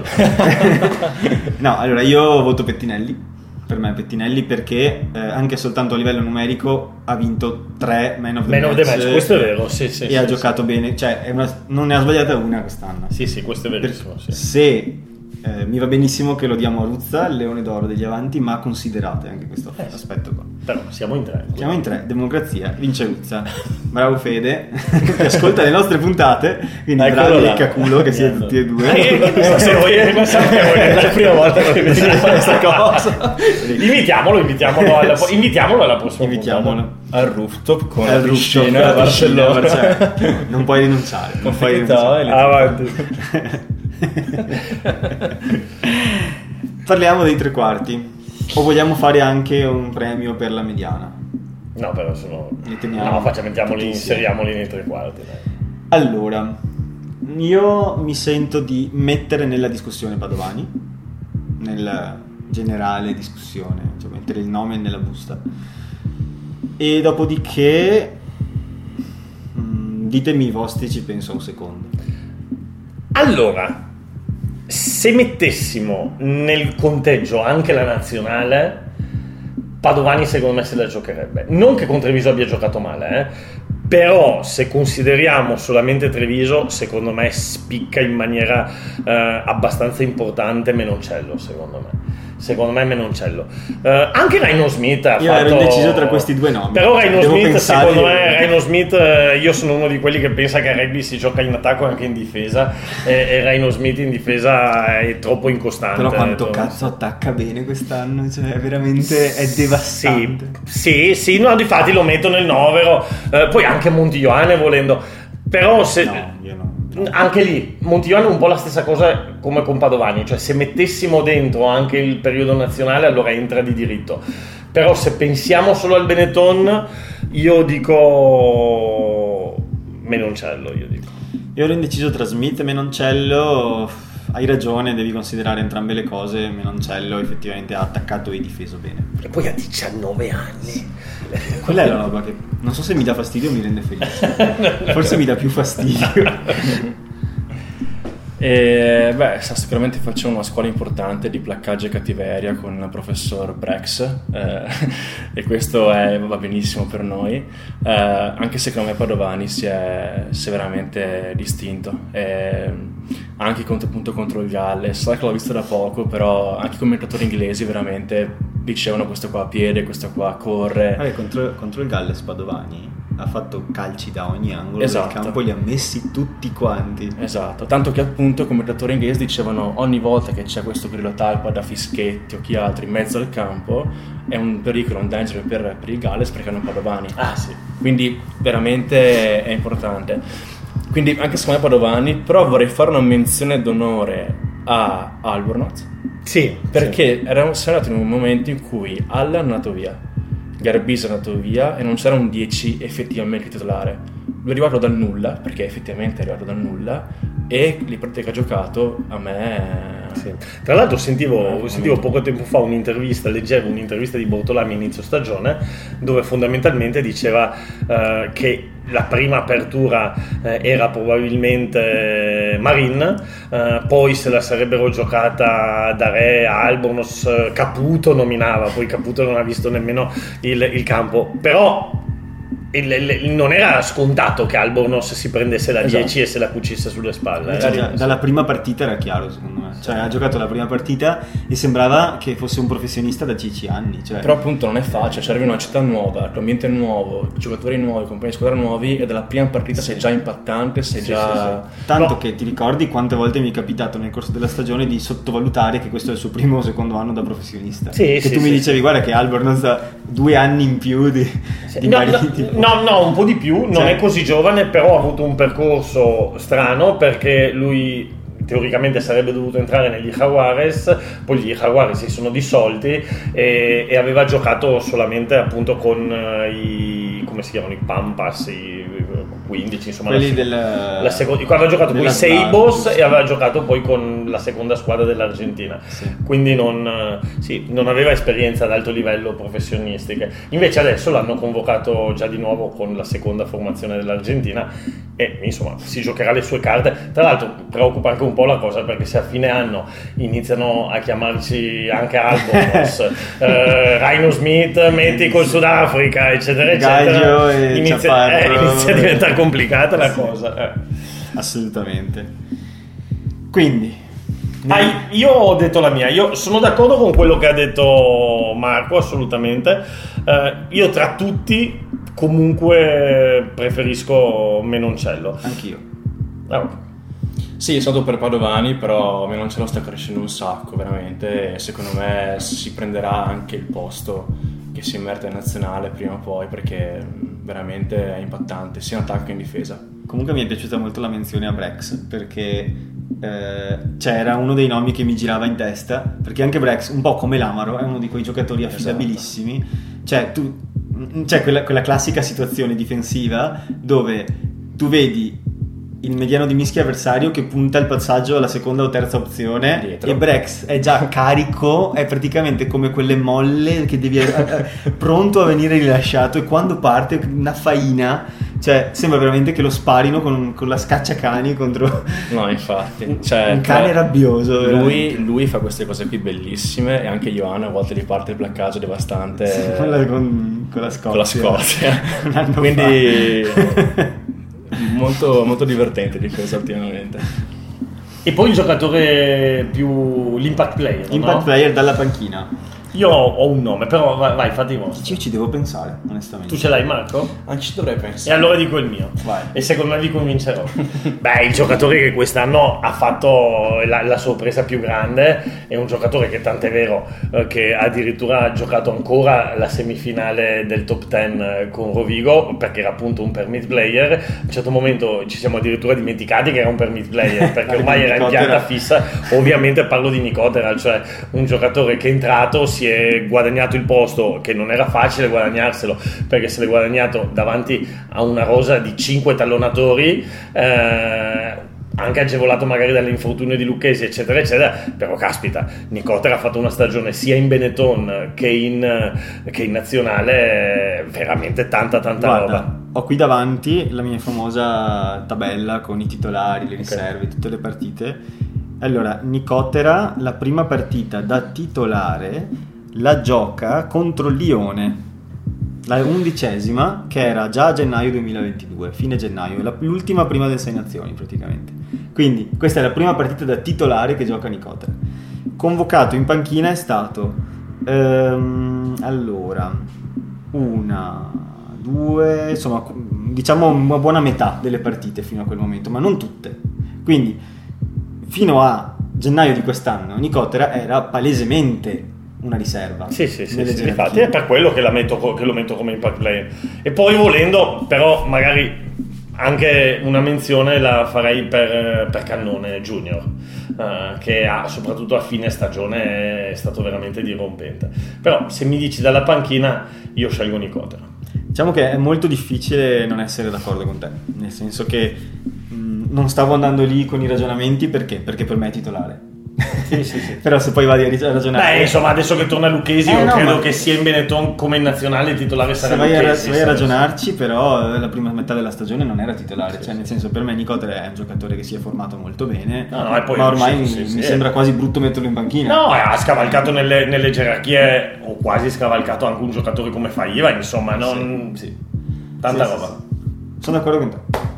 No, allora io voto Pettinelli. Per me Pettinelli, perché anche soltanto a livello numerico ha vinto 3 Man of the Match. Questo è vero, sì, e ha giocato bene, cioè non ne ha sbagliata una quest'anno. Sì, questo è verissimo. Se mi va benissimo che lo diamo a Ruzza, il leone d'oro degli avanti, ma considerate anche questo aspetto qua. Però siamo in 3. Siamo in 3, democrazia, vince Ruzza. Bravo Fede, che ascolta le nostre puntate, quindi bravi leccaculo che siete tutti e due. Non sapevo, è la prima volta che vediamo questa cosa. Invitiamolo alla prossima puntata. Al rooftop con la piscina a Barcellona. Non puoi rinunciare. Avanti. Parliamo dei tre quarti, o vogliamo fare anche un premio per la mediana? No, però inseriamoli nei tre quarti. Allora, io mi sento di mettere nella discussione Padovani, nella generale discussione, cioè mettere il nome nella busta, e dopodiché ditemi i vostri, ci penso un secondo. Allora, se mettessimo nel conteggio anche la nazionale, Padovani secondo me se la giocherebbe. Non che con Treviso abbia giocato male, però se consideriamo solamente Treviso, secondo me spicca in maniera abbastanza importante Menoncello, secondo me Menoncello. Anche Rhino Smith io ero indeciso tra questi due nomi, però secondo me Rhino Smith, io sono uno di quelli che pensa che a rugby si gioca in attacco e anche in difesa, e Rhino Smith in difesa è troppo incostante. Però quanto cazzo attacca bene quest'anno, cioè veramente è devastante. Sì, no, difatti lo metto nel novero, poi anche Montijoane volendo, però se io no. Anche lì Montijoane è un po' la stessa cosa come con Padovani, cioè se mettessimo dentro anche il periodo nazionale allora entra di diritto, però se pensiamo solo al Benetton io dico Menoncello. Io ero indeciso tra Smith e Menoncello. Hai ragione, devi considerare entrambe le cose. Menoncello effettivamente ha attaccato e difeso bene, e poi ha 19 anni. Quella è la roba che non so se mi dà fastidio o mi rende felice. Forse mi dà più fastidio. E sta sicuramente facendo una scuola importante di placcaggio e cattiveria con il professor Brex, e questo va benissimo per noi, anche se secondo me Padovani si è veramente distinto, anche appunto contro il Galles. So che l'ho visto da poco, però anche i commentatori inglesi veramente dicevano questo qua a piede, questo qua corre. Contro il Galles Padovani ha fatto calci da ogni angolo Esatto. del campo, li ha messi tutti quanti. Esatto, tanto che appunto i commentatori inglesi dicevano ogni volta che c'è questo grillo talpa da Fischetti o chi altro in mezzo al campo è un pericolo, un danger per il Galles, perché hanno Padovani. Sì. Quindi veramente è importante. Quindi anche secondo me Padovani, però vorrei fare una menzione d'onore a Albornoz, Sì, perché siamo andati in un momento in cui Alla è andato via, Garbisi è andato via e non c'era un 10 effettivamente titolare. Lui è arrivato dal nulla, perché effettivamente è arrivato dal nulla, e le partite che ha giocato a me... Sì. Tra l'altro sentivo poco tempo fa leggevo un'intervista di Bortolami a inizio stagione, dove fondamentalmente diceva che la prima apertura era probabilmente Marin, poi se la sarebbero giocata Darè, Albornoz, Caputo nominava, poi Caputo non ha visto nemmeno il campo, però non era scontato che Albornoz si prendesse la 10 e se la cucisse sulle spalle. Dalla prima partita era chiaro, secondo me. Cioè, ha giocato la prima partita e sembrava che fosse un professionista da 10 anni. Cioè. Però appunto non è facile, cioè arrivi in una città nuova, l'ambiente è nuovo, giocatori nuovi, compagni di squadra nuovi, e dalla prima partita sei già impattante, sei già... Tanto che ti ricordi quante volte mi è capitato nel corso della stagione di sottovalutare che questo è il suo primo o secondo anno da professionista. Tu mi dicevi, guarda che Albornoz ha 2 anni in più di No, un po' di più, non è così giovane, però ha avuto un percorso strano, perché lui teoricamente sarebbe dovuto entrare negli Jaguares, poi gli Jaguares si sono dissolti e aveva giocato solamente appunto con come si chiamano, i Pampas, i 15, insomma quelli la seconda, aveva giocato con i Seibos e aveva giocato poi con la seconda squadra dell'Argentina, quindi non aveva esperienza ad alto livello professionistiche. Invece adesso l'hanno convocato già di nuovo con la seconda formazione dell'Argentina e insomma si giocherà le sue carte. Tra l'altro preoccupa anche un po' la cosa, perché se a fine anno iniziano a chiamarci anche Albornoz, Rhino Smith, metti col Sudafrica, eccetera eccetera, inizia a diventare complicata la cosa. Assolutamente. Quindi io ho detto la mia, io sono d'accordo con quello che ha detto Marco, assolutamente. Io tra tutti comunque preferisco Menoncello. Anch'io. Sì, è stato per Padovani, però Menoncello sta crescendo un sacco, veramente, e secondo me si prenderà anche il posto che si merita in nazionale prima o poi, perché veramente è impattante sia in attacco che in difesa. Comunque mi è piaciuta molto la menzione a Brex, perché era uno dei nomi che mi girava in testa, perché anche Brex, un po' come Lamaro, è uno di quei giocatori affidabilissimi. C'è quella classica situazione difensiva dove tu vedi il mediano di mischia avversario che punta il passaggio alla seconda o terza opzione dietro, e Brex è già carico, è praticamente come quelle molle che devi pronto a venire rilasciato, e quando parte una faina, cioè sembra veramente che lo sparino con la scacciacani contro infatti un cane rabbioso. Lui fa queste cose qui bellissime, e anche Ioanna a volte gli parte il placcaggio devastante con la Scozia. Quindi molto, molto divertente difesa ultimamente. E poi il giocatore più l'impact player, player dalla panchina. Io ho un nome, però vai, fate i vostri. Io ci devo pensare, onestamente. Tu ce l'hai, Marco? Ci dovrei pensare. E allora dico il mio. Vai. E secondo me vi convincerò. Il giocatore che quest'anno ha fatto la sorpresa più grande è un giocatore che, tant'è vero, che addirittura ha giocato ancora la semifinale del top 10 con Rovigo, perché era appunto un permit player. A un certo momento ci siamo addirittura dimenticati che era un permit player, perché ormai era in pianta fissa. Ovviamente parlo di Nicotera, cioè un giocatore che è entrato, si è guadagnato il posto, che non era facile guadagnarselo, perché se l'è guadagnato davanti a una rosa di 5 tallonatori, anche agevolato magari dall'infortunio di Lucchesi, eccetera eccetera. Però caspita, Nicotera ha fatto una stagione sia in Benetton che in nazionale veramente tanta roba. ho qui davanti la mia famosa tabella con i titolari, le riserve, tutte le partite. Allora, Nicotera la prima partita da titolare la gioca contro il Lione, la 11ª, che era già a gennaio 2022, fine gennaio, l'ultima prima delle 6 nazioni praticamente. Quindi questa è la prima partita da titolare che gioca Nicotera. Convocato in panchina è stato allora 1, 2, insomma diciamo una buona metà delle partite fino a quel momento, ma non tutte. Quindi fino a gennaio di quest'anno Nicotera era palesemente una riserva. Sì, infatti è per quello che lo metto come impact player. E poi volendo, però magari anche una menzione la farei per Cannone Junior, che soprattutto a fine stagione è stato veramente dirompente. Però se mi dici dalla panchina, io scelgo Nicotera. Diciamo che è molto difficile non essere d'accordo con te, nel senso che non stavo andando lì con i ragionamenti perché per me è titolare. Sì. Però se poi vai a ragionare, insomma, adesso che torna Lucchesi, io credo che sia in Benetton come in nazionale il titolare sarà Lucchesi. Se vai a ragionarci, però la prima metà della stagione non era titolare, cioè nel senso, per me Nicotera è un giocatore che si è formato molto bene, e poi ma ormai mi sembra quasi brutto metterlo in panchina. No, ha scavalcato nelle gerarchie, o quasi scavalcato anche un giocatore come Faiva, insomma, tanta roba. Sono d'accordo con te.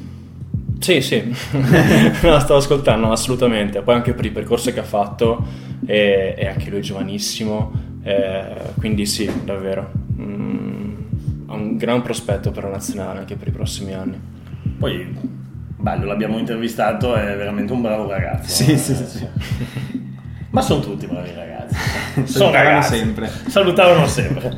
Sì, no, stavo ascoltando, assolutamente. Poi anche per il percorso che ha fatto, e anche lui è giovanissimo, quindi sì, davvero. Ha un gran prospetto per la nazionale anche per i prossimi anni. Poi, bello, l'abbiamo intervistato, è veramente un bravo ragazzo. Sì. Ma sono tutti bravi ragazzi. Salutavano sempre.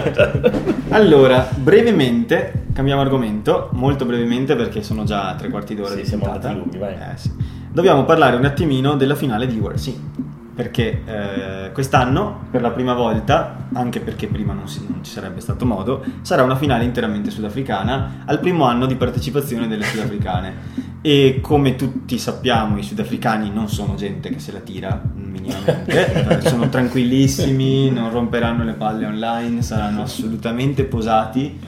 Allora, brevemente, cambiamo argomento, molto brevemente perché sono già 3/4 d'ora di siamo puntata. andati lunghi, vai. Dobbiamo parlare un attimino della finale di URC, perché quest'anno, per la prima volta, anche perché prima non ci sarebbe stato modo, sarà una finale interamente sudafricana al primo anno di partecipazione delle sudafricane. E come tutti sappiamo, i sudafricani non sono gente che se la tira minimamente, sono tranquillissimi, non romperanno le palle online, saranno assolutamente posati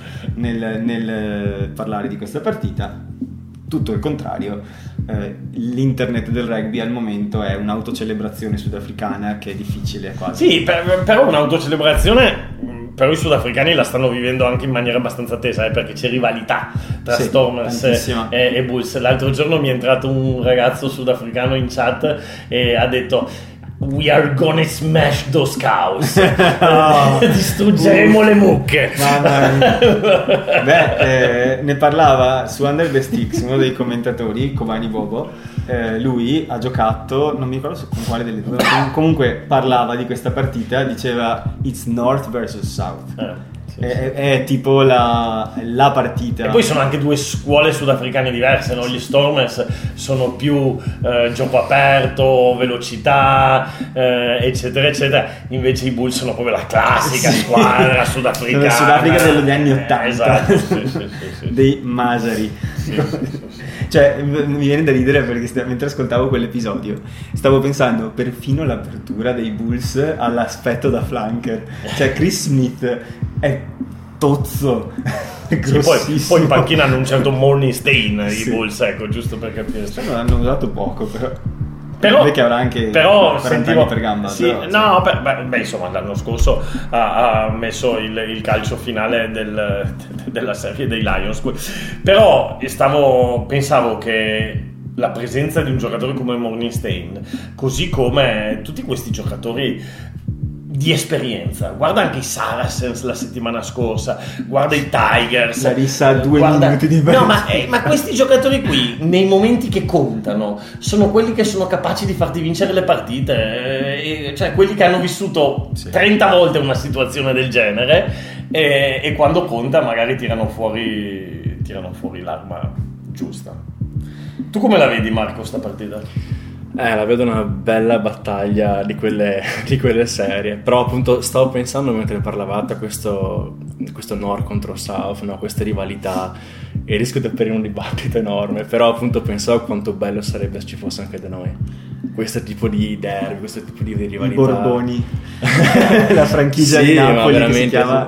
nel parlare di questa partita. Tutto il contrario, l'internet del rugby al momento è un'autocelebrazione sudafricana che è difficile quasi. Sì, però un'autocelebrazione, però i sudafricani la stanno vivendo anche in maniera abbastanza tesa, perché c'è rivalità tra Stormers e Bulls. L'altro giorno mi è entrato un ragazzo sudafricano in chat e ha detto: "We are gonna smash those cows." Distruggeremo le mucche. Ne parlava su Under the Sticks uno dei commentatori, Kobani Bobo. Lui ha giocato, non mi ricordo con quale delle due, comunque parlava di questa partita, diceva it's North versus South. È tipo la partita. E poi sono anche due scuole sudafricane diverse, no? Gli Stormers sono più gioco aperto, velocità, eccetera eccetera, invece i Bulls sono proprio la classica squadra sudafricana. La Sudafrica degli anni 80, esatto, sì. dei Masari. Cioè, mi viene da ridere perché mentre ascoltavo quell'episodio stavo pensando perfino all'apertura dei Bulls all'aspetto da flanker. Cioè, Chris Smith è tozzo, sì, poi in panchina hanno un certo Morningstain i Bulls, ecco, giusto per capire. Non l'hanno usato poco, però che avrà anche 40 anni per gamba. Insomma, l'anno scorso ha messo il calcio finale della serie dei Lions. Però pensavo che la presenza di un giocatore come Morningstain, così come tutti questi giocatori di esperienza, guarda anche i Saracens la settimana scorsa, guarda i Tigers, Larissa ha 2 minuti di no, ma questi giocatori qui nei momenti che contano sono quelli che sono capaci di farti vincere le partite, cioè quelli che hanno vissuto 30 volte una situazione del genere e quando conta magari tirano fuori l'arma giusta. Tu come la vedi, Marco, sta partita? La vedo una bella battaglia di quelle serie, però appunto stavo pensando mentre parlavate questo Nord contro South, no? Queste rivalità, e rischio di aprire un dibattito enorme, però appunto pensavo quanto bello sarebbe se ci fosse anche da noi questo tipo di derby, questo tipo di rivalità. I Borboni, la franchigia di Napoli che si chiama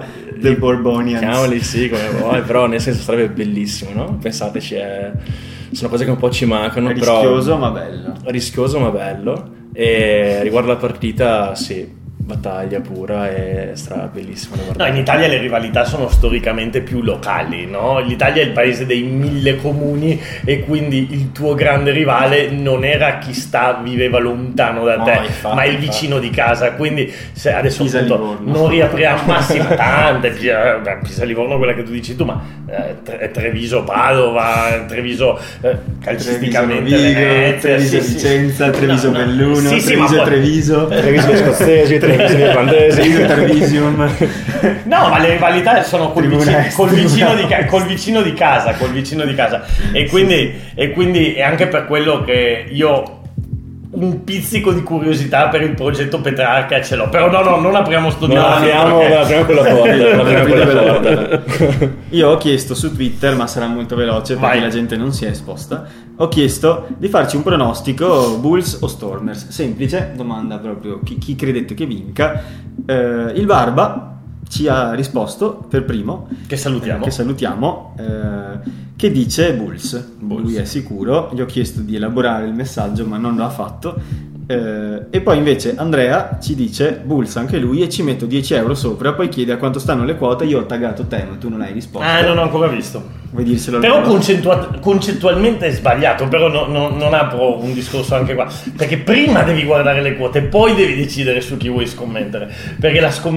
The Borbonians. Chiamali sì come vuoi, però nel senso sarebbe bellissimo, no? Pensateci, sono cose che un po' ci mancano. È rischioso ma bello. Rischioso ma bello. E riguardo la partita, sì, battaglia pura e sarà bellissimo da guardare. No, in Italia le rivalità sono storicamente più locali, no? L'Italia è il paese dei 1000 comuni e quindi il tuo grande rivale non era chi viveva lontano da te, infatti, ma il vicino di casa. Quindi se adesso appunto Pisa-Livorno. non riapriamo massimo tante, Pisa-Livorno quella che tu dici tu, ma Treviso-Padova, Treviso calcisticamente Treviso-Rovigo, Venezia, Treviso-Vicenza, Treviso-Belluno, ma poi- Treviso-Treviso, Treviso scozzesi, Treviso irlandesi. Treviso-Tarvisium. No, ma le rivalità sono col vicino di casa. E quindi è anche per quello che io un pizzico di curiosità per il progetto Petrarca ce l'ho. Però no, non apriamo sto dibattito. Apriamo quella porta. Io ho chiesto su Twitter, ma sarà molto veloce perché Vai. la gente non si è esposta. Ho chiesto di farci un pronostico Bulls o Stormers. Semplice, domanda proprio chi credete che vinca. Il Barba ci ha risposto per primo, Che salutiamo. Che dice Bulls. Bulls. Lui è sicuro. Gli ho chiesto di elaborare il messaggio, ma non lo ha fatto. E poi invece Andrea ci dice Bulls anche lui e ci metto 10 euro sopra, poi chiede a quanto stanno le quote. Io ho taggato te, ma tu non hai risposto. Non ho ancora visto. Vuoi dirselo Però allora? concettualmente è sbagliato, però non apro un discorso anche qua, perché prima devi guardare le quote, poi devi decidere su chi vuoi scommettere, perché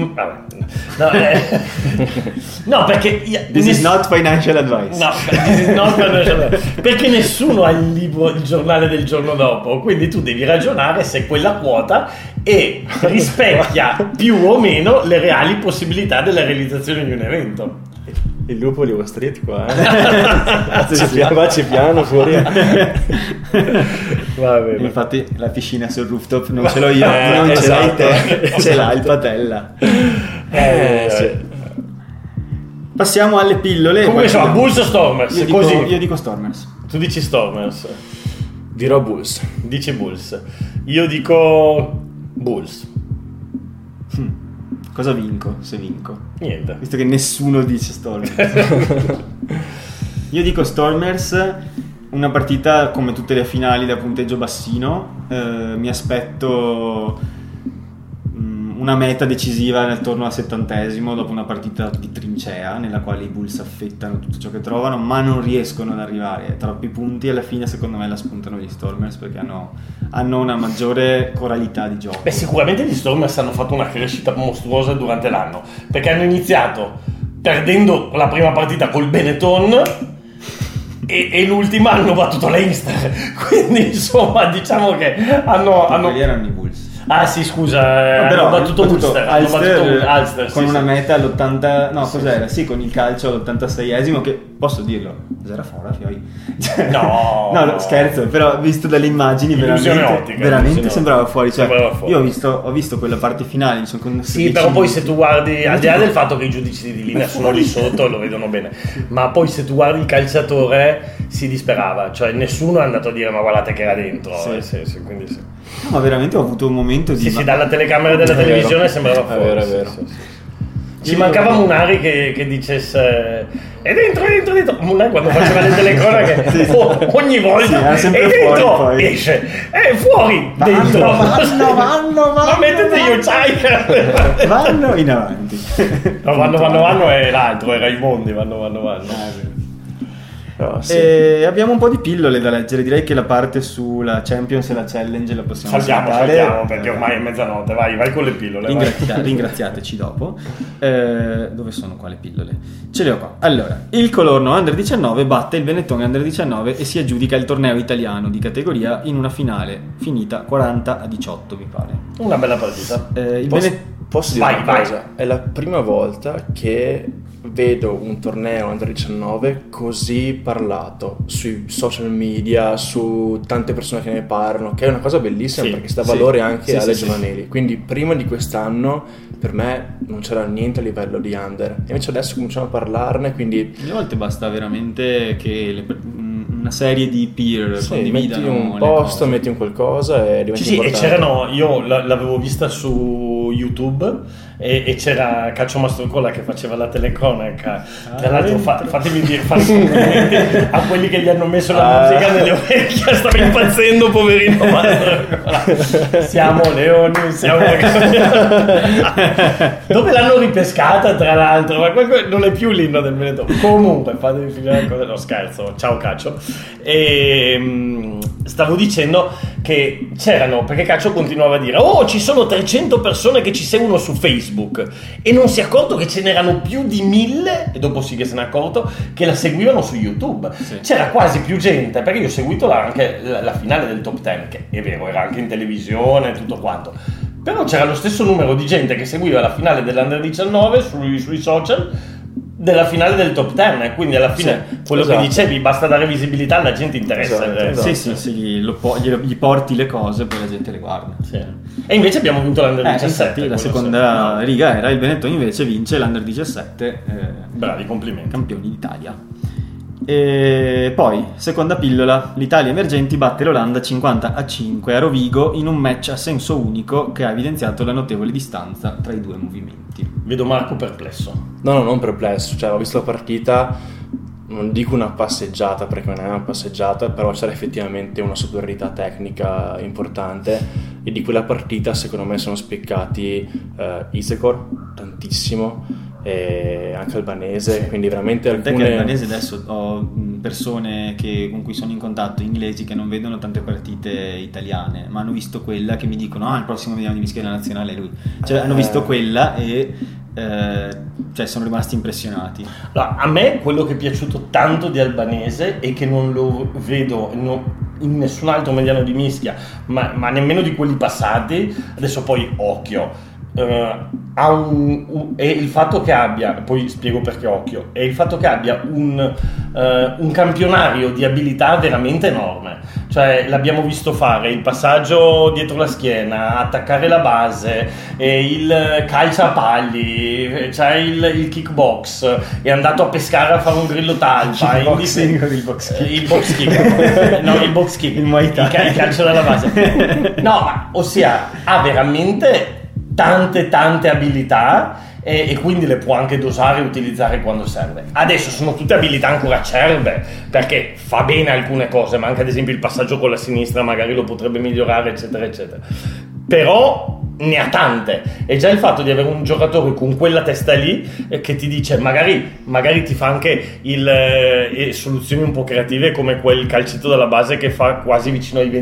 no, perché This is not financial advice. No, this is not financial advice. Perché nessuno ha il giornale del giorno dopo, quindi tu devi ragionare se quella quota rispecchia più o meno le reali possibilità della realizzazione di un evento. Il lupo di Wall Street qua, Vacci piano fuori. Va bene. Infatti la piscina sul rooftop non ce l'ho io, non ce esatto. l'hai te, ce l'ha il Patella. Sì. Passiamo alle pillole. Comunque Poi insomma, chiudiamo. Bulls o Stormers? Io dico Stormers. Tu dici Stormers, Dirò Bulls. dici Bulls. Io dico Bulls. Cosa vinco se vinco? Niente. Visto che nessuno dice Stormers. Io dico Stormers, una partita come tutte le finali da punteggio bassino. Mi aspetto una meta decisiva attorno al 70esimo dopo una partita di trincea nella quale i Bulls affettano tutto ciò che trovano, ma non riescono ad arrivare a troppi punti. Alla fine secondo me la spuntano gli Stormers perché hanno una maggiore coralità di gioco. Beh, sicuramente gli Stormers hanno fatto una crescita mostruosa durante l'anno, perché hanno iniziato perdendo la prima partita col Benetton e l'ultima hanno battuto Leinster, quindi insomma diciamo che hanno... Quelli erano i Bulls. Ah sì, scusa, Però hanno battuto Ulster, Ulster, con sì, una sì. meta all'80, no, cos'era? Sì, con il calcio all'86esimo, che posso dirlo, cos'era fora, Fioi? No. No, scherzo, però visto dalle immagini Illusione veramente, ottica, veramente illusione sembrava ottica. fuori, cioè, Sembrava fuori. io ho visto quella parte finale, mi sono connesso Sì, 10 però poi minuti. se tu guardi, al di là del fatto che i giudici di linea sono lì sotto, lo vedono bene, ma poi se tu guardi il calciatore si disperava, cioè nessuno è andato a dire ma guardate che era dentro, Sì. quindi sì. No, ma veramente ho avuto un momento di... Sì, dalla telecamera della televisione sembrava È fuori. vero, è sì, vero. sì. Ci mancava Munari che dicesse è dentro. Munari quando faceva le telecronache Sì. ogni volta Sì, era sempre è fuori, dentro, poi. esce, è fuori, dentro. Vanno, Ma mettete io Chai. vanno in avanti. No, vanno e l'altro, è Raimondi, vanno. No, sì. E abbiamo un po' di pillole da leggere, direi che la parte sulla Champions e la Challenge la possiamo Saltiamo perché ormai è mezzanotte, vai con le pillole. vai. Ringraziateci dopo. Dove sono qua le pillole? Ce le ho qua. Allora, il Colorno Under 19 batte il Benetton Under 19 e si aggiudica il torneo italiano di categoria in una finale finita 40-18, mi pare. Una bella partita. Posso dire Vai, una vai. cosa? È la prima volta che vedo un torneo Under 19 così parlato sui social media, su tante persone che ne parlano, che è una cosa bellissima Sì, perché si dà sì. valore anche Sì, alle sì, giovanili. Quindi prima di quest'anno per me non c'era niente a livello di under, e invece adesso cominciamo a parlarne, quindi A volte basta veramente che una una serie di peer Sì, condividano metti un le post, cose. metti un qualcosa e diventa Sì, e importante. c'erano, io l'avevo vista su YouTube e c'era Caccio Mastrocola che faceva la telecronaca. Tra l'altro fatemi dire, fare complimenti a quelli che gli hanno messo la musica nelle orecchie, stava impazzendo poverino Mastrocola. Siamo leoni, siamo dove l'hanno ripescata tra l'altro, ma non è più l'inno del Veneto. Comunque fatevi finire la cosa, no scherzo, ciao Caccio. E stavo dicendo che c'erano, perché Caccio continuava a dire ci sono 300 persone che ci seguono su Facebook, e non si è accorto che ce n'erano più di 1000, e dopo sì che se n'è accorto, che la seguivano su YouTube. Sì. C'era quasi più gente, perché io ho seguito anche la finale del Top 10, che è vero, era anche in televisione e tutto quanto, però c'era lo stesso numero di gente che seguiva la finale dell'Under 19 sui social della finale del Top 10, e quindi alla fine quello esatto. che dicevi, basta dare visibilità, la gente interessa. Esatto. Sì, gli porti le cose, poi la gente le guarda. Sì. E invece abbiamo vinto l'Under 17. Infatti, la quello seconda sì. riga era il Benetton, invece vince l'Under 17, Bravi, complimenti. campioni d'Italia. E poi, seconda pillola, l'Italia Emergenti batte l'Olanda 50-5 a Rovigo in un match a senso unico che ha evidenziato la notevole distanza tra i due movimenti. Vedo Marco perplesso. No, non perplesso, cioè ho visto la partita, non dico una passeggiata perché non è una passeggiata, però c'era effettivamente una superiorità tecnica importante, e di quella partita secondo me sono spiccati Isecor tantissimo, e anche Albanese, quindi veramente Tant'è alcune... che Albanese adesso ho persone con cui sono in contatto, inglesi, che non vedono tante partite italiane, ma hanno visto quella, che mi dicono il prossimo vediamo di mischia nazionale è lui, cioè hanno visto quella e cioè sono rimasti impressionati. Allora, a me quello che è piaciuto tanto di Albanese e che non lo vedo in nessun altro mediano di mischia, ma nemmeno di quelli passati, adesso poi occhio, ha è il fatto che abbia, poi spiego perché occhio, è il fatto che abbia un campionario di abilità veramente enorme. Cioè l'abbiamo visto fare il passaggio dietro la schiena, attaccare la base, il calcio a palli, c'è il kickbox, è andato a pescare a fare un grillo talpa, il box kick. il box kick, no, il box kick, Il Muay Thai. il calcio dalla base. No, ma ossia ha veramente tante abilità, e quindi le può anche dosare e utilizzare quando serve. Adesso sono tutte abilità ancora acerbe, perché fa bene alcune cose, ma anche ad esempio il passaggio con la sinistra magari lo potrebbe migliorare, eccetera eccetera, però ne ha tante, e già il fatto di avere un giocatore con quella testa lì che ti dice magari ti fa anche soluzioni un po' creative, come quel calcetto dalla base che fa quasi vicino ai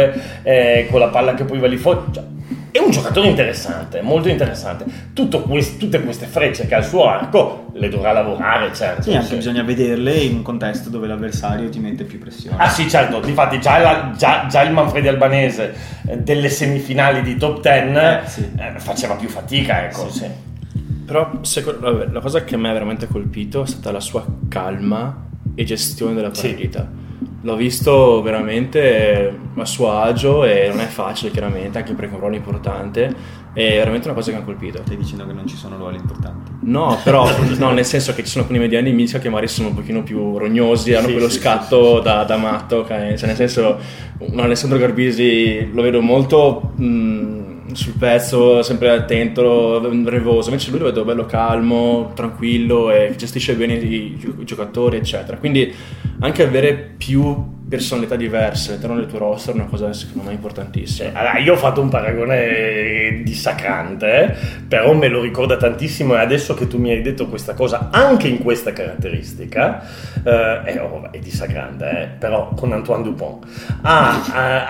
22 con la palla che poi va lì fuori, cioè, è un giocatore interessante, molto interessante. Tutte queste frecce che ha al suo arco le dovrà lavorare, certo. Sì, anche bisogna vederle in un contesto dove l'avversario ti mette più pressione. Ah sì, certo, difatti già il Manfredi Albanese delle semifinali di Top 10 faceva più fatica, ecco. Sì. Però la cosa che mi ha veramente colpito è stata la sua calma e gestione della partita. Sì. L'ho visto veramente a suo agio, e non è facile chiaramente, anche perché è un ruolo importante, è veramente una cosa che mi ha colpito. Stai dicendo che non ci sono ruoli importanti? No, però no, nel senso che ci sono alcuni mediani di mischia che magari sono un pochino più rognosi, hanno quello scatto da matto, okay? Cioè nel senso, Alessandro Garbisi lo vedo molto sul pezzo, sempre attento, nervoso, invece lui lo vedo bello calmo, tranquillo, e gestisce bene i giocatori eccetera, quindi anche avere più personalità diverse all'interno del tuo roster è una cosa secondo me importantissima. Allora, io ho fatto un paragone dissacrante, però me lo ricorda tantissimo, e adesso che tu mi hai detto questa cosa anche in questa caratteristica è dissacrante, però con Antoine Dupont la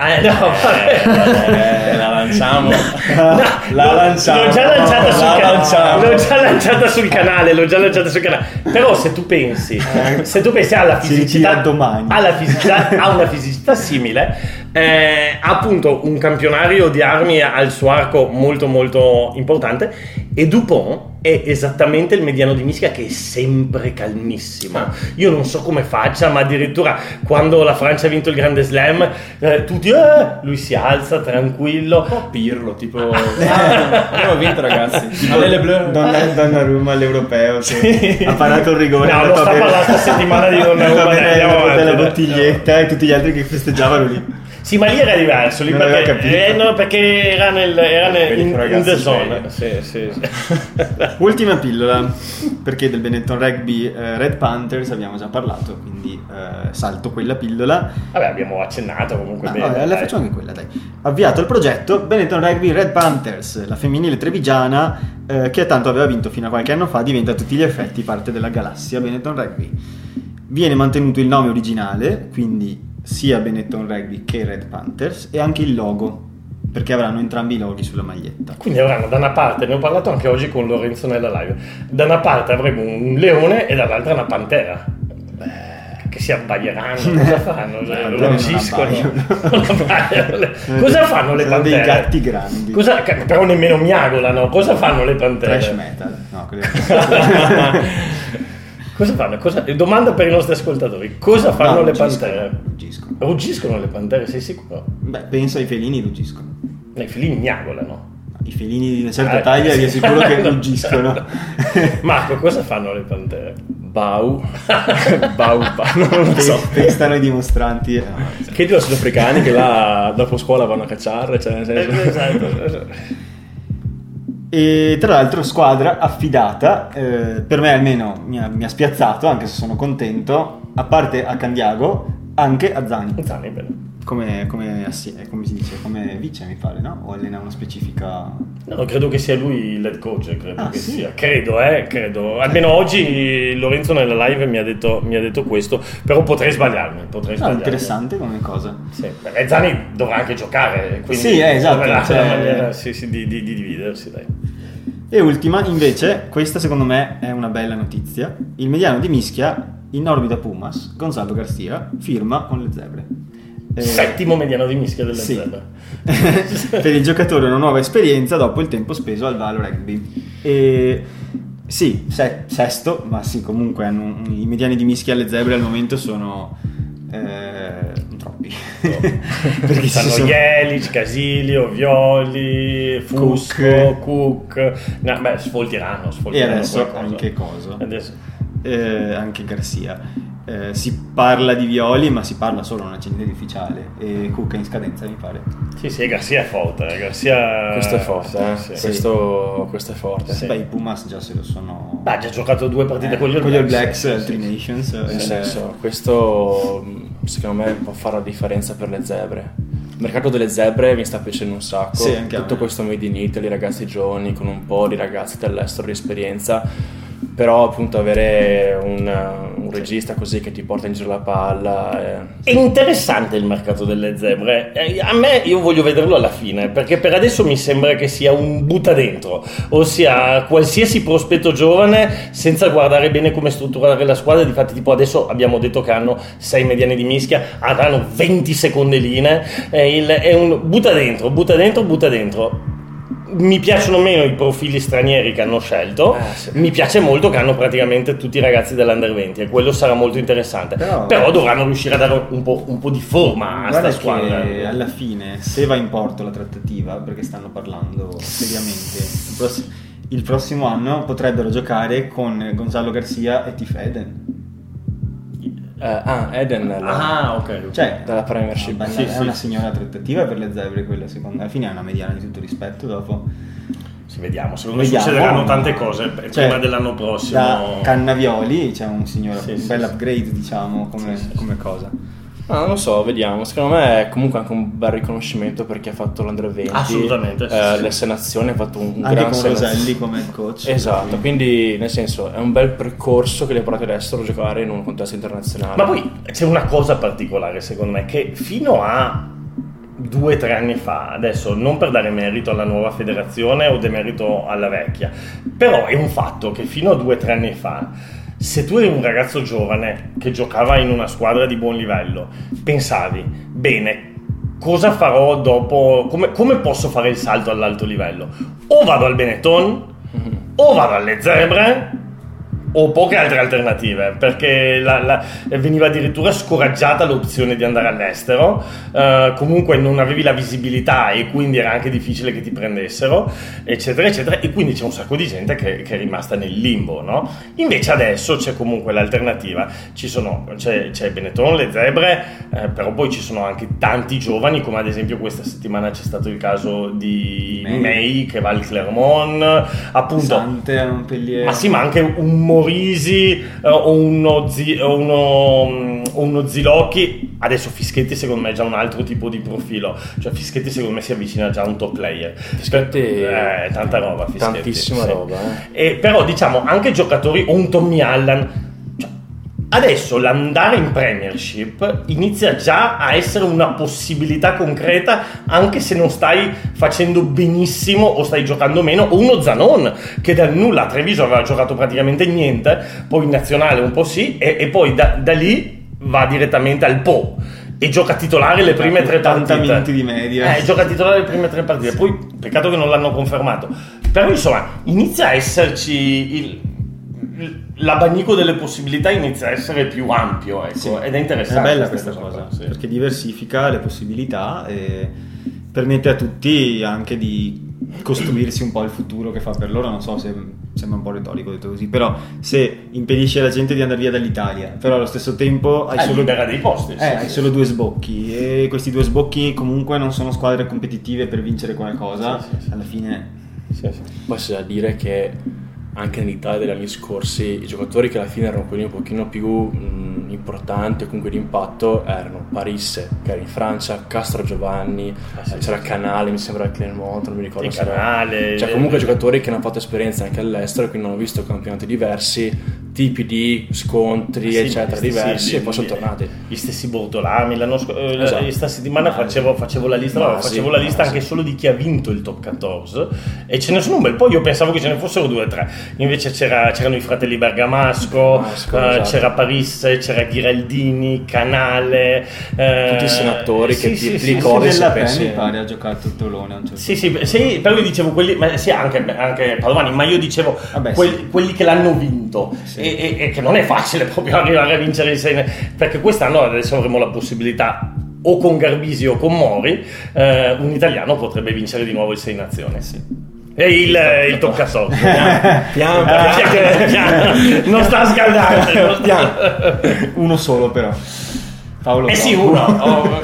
lanciamo. L'ho già lanciata sul canale, però se tu pensi alla fisicità domani, ha una fisicità simile, ha appunto un campionario di armi al suo arco molto molto importante, E Dupont è esattamente il mediano di Mischia, che è sempre calmissimo. Io non so come faccia, ma addirittura quando la Francia ha vinto il Grande Slam, tutti lui si alza tranquillo. Un po' Pirlo, tipo abbiamo vinto, ragazzi, tipo Donnarumma all'Europeo che ha parato il rigore, no, non sta parlando sta settimana di Donnarumma, la bottiglietta e tutti gli altri che festeggiavano lì. Sì, ma lì era diverso, lì perché era in the zone. Sì. Ultima pillola, perché del Benetton Rugby Red Panthers abbiamo già parlato, quindi salto quella pillola. Vabbè, abbiamo accennato comunque bene. Vabbè, la facciamo anche quella, dai. Avviato il progetto Benetton Rugby Red Panthers, la femminile trevigiana che tanto aveva vinto fino a qualche anno fa, diventa a tutti gli effetti parte della galassia Benetton Rugby. Viene mantenuto il nome originale, quindi sia Benetton Rugby che Red Panthers, e anche il logo, perché avranno entrambi i loghi sulla maglietta. Quindi avranno da una parte, ne ho parlato anche oggi con Lorenzo nella live, da una parte avremo un leone e dall'altra una pantera. Che si abbaieranno, cosa fanno? Ruggiscono. Cosa fanno le pantere? Dei gatti grandi. Però nemmeno miagolano. Cosa fanno le pantere? Trash metal. No, cosa fanno? Domanda per i nostri ascoltatori: cosa fanno le pantere? Ruggiscono le pantere, sei sicuro? Beh, penso ai felini ruggiscono. I felini miagolano. I felini di una certa taglia vi assicuro che ruggiscono. Marco, cosa fanno le pantere? Bau, non lo so. Pestano i dimostranti. Che dicono sudafricani che là dopo scuola vanno a cacciare, cioè nel senso. Esatto. E tra l'altro squadra affidata, per me almeno mi ha spiazzato, anche se sono contento, a parte a Candiago, anche a Zani. Zani, bene. Come si dice, come vice mi pare, no? O allena una specifica... No, credo che sia lui il head coach, sia. Credo. Almeno oggi Lorenzo nella live mi ha detto questo, però potrei sbagliarmi. Interessante come cosa. Sì, perché Zani dovrà anche giocare, quindi sì, esatto, la maniera di dividersi, dai. E ultima, invece, questa secondo me è una bella notizia. Il mediano di Mischia, in orbita Pumas, Gonzalo Garcia, firma con le Zebre. Settimo mediano di Mischia delle Zebre. Per il giocatore una nuova esperienza dopo il tempo speso al Valo Rugby. E sì, sesto, ma sì, comunque i mediani di Mischia alle Zebre al momento sono troppi. Perché sono Jelic, Casilio, Violi, Fusco, Cook. No, beh, sfoltiranno e adesso qualcosa. Anche Coso. Anche Garcia. Si parla di Violi, ma si parla solo una accendita ufficiale, e Cook è in scadenza, mi pare. Sì, Garcia è forte. Questo è forte, sì. Questo è forte. Sì. Beh, i Pumas già se lo sono. Ha già giocato 2 partite con gli All Blacks, Tri Nations. Nel senso, questo secondo me può fare la differenza per le Zebre. Il mercato delle Zebre mi sta piacendo un sacco. Sì, anche tutto questo made in Italy, ragazzi giovani con un po' di ragazzi dall'estero di esperienza. Però appunto avere un regista così che ti porta in giro la palla è interessante il mercato delle Zebre. A me, io voglio vederlo alla fine, perché per adesso mi sembra che sia un butta dentro, ossia qualsiasi prospetto giovane senza guardare bene come strutturare la squadra. Difatti tipo adesso abbiamo detto che hanno 6 mediani di Mischia, avranno 20 secondeline, è un butta dentro. Mi piacciono meno i profili stranieri che hanno scelto, sì. Mi piace molto che hanno praticamente tutti i ragazzi dell'Under 20 e quello sarà molto interessante, però dovranno riuscire a dare un po' di forma a sta squadra. Che alla fine, se va in porto la trattativa, perché stanno parlando seriamente, il prossimo anno potrebbero giocare con Gonzalo Garcia e Tiff Eden. Eden ok. Cioè, dalla Premiership. È una signora trattativa per le Zebre quella, secondo me. Alla fine è una mediana di tutto rispetto. Dopo vediamo, secondo me succederanno tante cose prima dell'anno prossimo. Da Cannavioli c'è un bel upgrade, diciamo, come cosa. Non lo so, vediamo. Secondo me è comunque anche un bel riconoscimento per chi ha fatto l'Under 20. Assolutamente. L'S Nazione ha fatto un anche gran con Roselli come coach. Esatto, quindi nel senso è un bel percorso che li ha portati all'estero a giocare in un contesto internazionale. Ma poi c'è una cosa particolare secondo me, che fino a 2-3 anni fa, adesso non per dare merito alla nuova federazione o demerito alla vecchia, però è un fatto che fino a 2-3 anni fa, se tu eri un ragazzo giovane che giocava in una squadra di buon livello, pensavi, bene, cosa farò dopo, come posso fare il salto all'alto livello? O vado al Benetton o vado alle Zebre o poche altre alternative, perché veniva addirittura scoraggiata l'opzione di andare all'estero, comunque non avevi la visibilità e quindi era anche difficile che ti prendessero, eccetera eccetera, e quindi c'è un sacco di gente che è rimasta nel limbo, no? Invece adesso c'è comunque l'alternativa, c'è Benetton, le Zebre, però poi ci sono anche tanti giovani, come ad esempio questa settimana c'è stato il caso di May che va al Clermont, appunto Sante a Montpellier. Ma sì, ma anche un Morisi o uno Zilocchi. Adesso Fischetti secondo me è già un altro tipo di profilo, cioè Fischetti secondo me si avvicina già a un top player. Fischetti tanta roba, Fischetti, tantissima roba. Però diciamo anche giocatori, o un Tommy Allan, adesso l'andare in Premiership inizia già a essere una possibilità concreta, anche se non stai facendo benissimo o stai giocando meno, o uno Zanon che dal nulla a Treviso aveva giocato praticamente niente, poi in nazionale un po' sì, e poi da lì va direttamente al Po e gioca titolare le prime 3 partite. 80 minuti di media. Gioca titolare le prime 3 partite, poi peccato che non l'hanno confermato, però insomma inizia a esserci l'abanico delle possibilità, inizia a essere più ampio, ecco, sì. Ed è interessante. È bella questa cosa, sì. Perché diversifica le possibilità e permette a tutti anche di costruirsi un po' il futuro che fa per loro. Non so se sembra un po' retorico detto così, però se impedisce alla gente di andare via dall'Italia, però allo stesso tempo hai solo libera dei posti, hai solo 2 sbocchi, e questi 2 sbocchi comunque non sono squadre competitive per vincere qualcosa, sì. Alla fine ma c'è da dire che anche nell'Italia degli anni scorsi i giocatori che alla fine erano quelli un pochino più importanti o comunque di impatto erano Parisse, che era in Francia, Castro Giovanni, c'era Canale, mi sembra il Clermont, non mi ricordo se Canale, cioè comunque giocatori che hanno fatto esperienza anche all'estero e quindi hanno visto campionati diversi, tipi di scontri eccetera diversi, e poi sono tornati. Gli stessi Bortolami questa settimana facevo la lista, anche solo di chi ha vinto il top 14, e ce ne sono un bel po'. Io pensavo che ce ne fossero 2 o 3, invece c'erano i fratelli Bergamasco, c'era Parisse, c'era Ghiraldini, Canale, tutti i senatori che ti ricordi se pensi. Mi pare ha giocato il Tolone a un certo punto. Sì, però io dicevo quelli, ma sì, anche Padovani, ma io dicevo quelli che l'hanno vinto, e che non è facile proprio arrivare a vincere il 6, perché quest'anno adesso avremo la possibilità, o con Garbisi o con Mori, un italiano potrebbe vincere di nuovo il 6 Nazioni. Sì. E il top 14 piano. Non sta scaldando, uno solo però Paolo sì, uno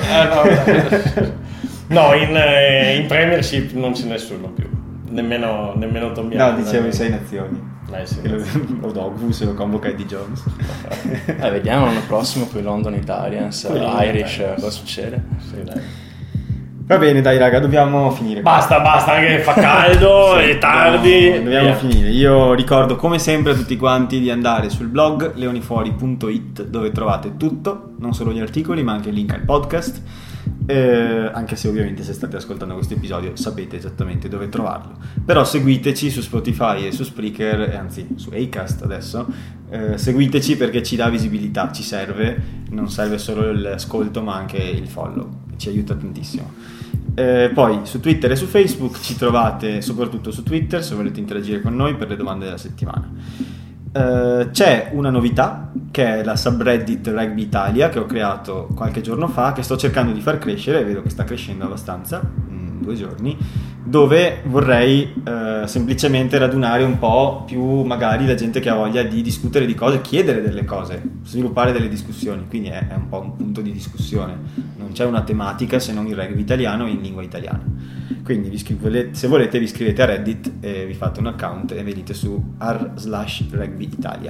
no, in Premiership non c'è nessuno più, nemmeno Tommy. No, dicevo i 6 Nazioni. Sì. Se lo convoca Eddie Jones. Vediamo l'anno prossimo con i London Italians, Irish, cosa succede. Sì, dai. Va bene, dai raga, dobbiamo finire. Basta, anche fa caldo, è tardi. Dobbiamo finire. Io ricordo come sempre a tutti quanti di andare sul blog leonifuori.it, dove trovate tutto, non solo gli articoli ma anche il link al podcast, anche se ovviamente se state ascoltando questo episodio sapete esattamente dove trovarlo. Però seguiteci su Spotify e su Spreaker, anzi su Acast adesso, seguiteci perché ci dà visibilità, ci serve, non serve solo l'ascolto ma anche il follow, ci aiuta tantissimo. Poi su Twitter e su Facebook ci trovate, soprattutto su Twitter se volete interagire con noi per le domande della settimana. C'è una novità che è la subreddit Rugby Italia, che ho creato qualche giorno fa, che sto cercando di far crescere, vedo che sta crescendo abbastanza in 2 giorni, dove vorrei semplicemente radunare un po' più magari la gente che ha voglia di discutere di cose, chiedere delle cose, sviluppare delle discussioni, quindi è un po' un punto di discussione, non c'è una tematica se non il rugby italiano in lingua italiana. Quindi se volete vi iscrivete a Reddit e vi fate un account e venite su r/rugbyitalia.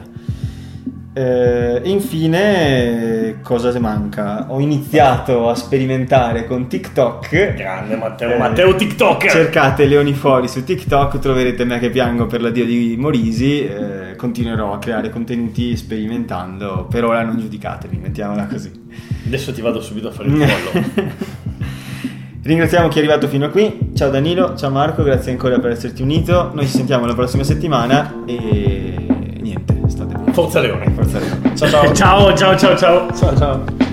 Infine, cosa manca? Ho iniziato a sperimentare con TikTok. Grande Matteo TikToker. Cercate Leoni Fuori su TikTok, troverete me che piango per l'addio di Morisi. Continuerò a creare contenuti sperimentando. Per ora non giudicatemi, mettiamola così. Adesso ti vado subito a fare il follow. Ringraziamo chi è arrivato fino a qui. Ciao Danilo, ciao Marco, grazie ancora per esserti unito. Noi ci sentiamo la prossima settimana e niente, state bene. Forza Leone. Forza Leone. Ciao. Ciao.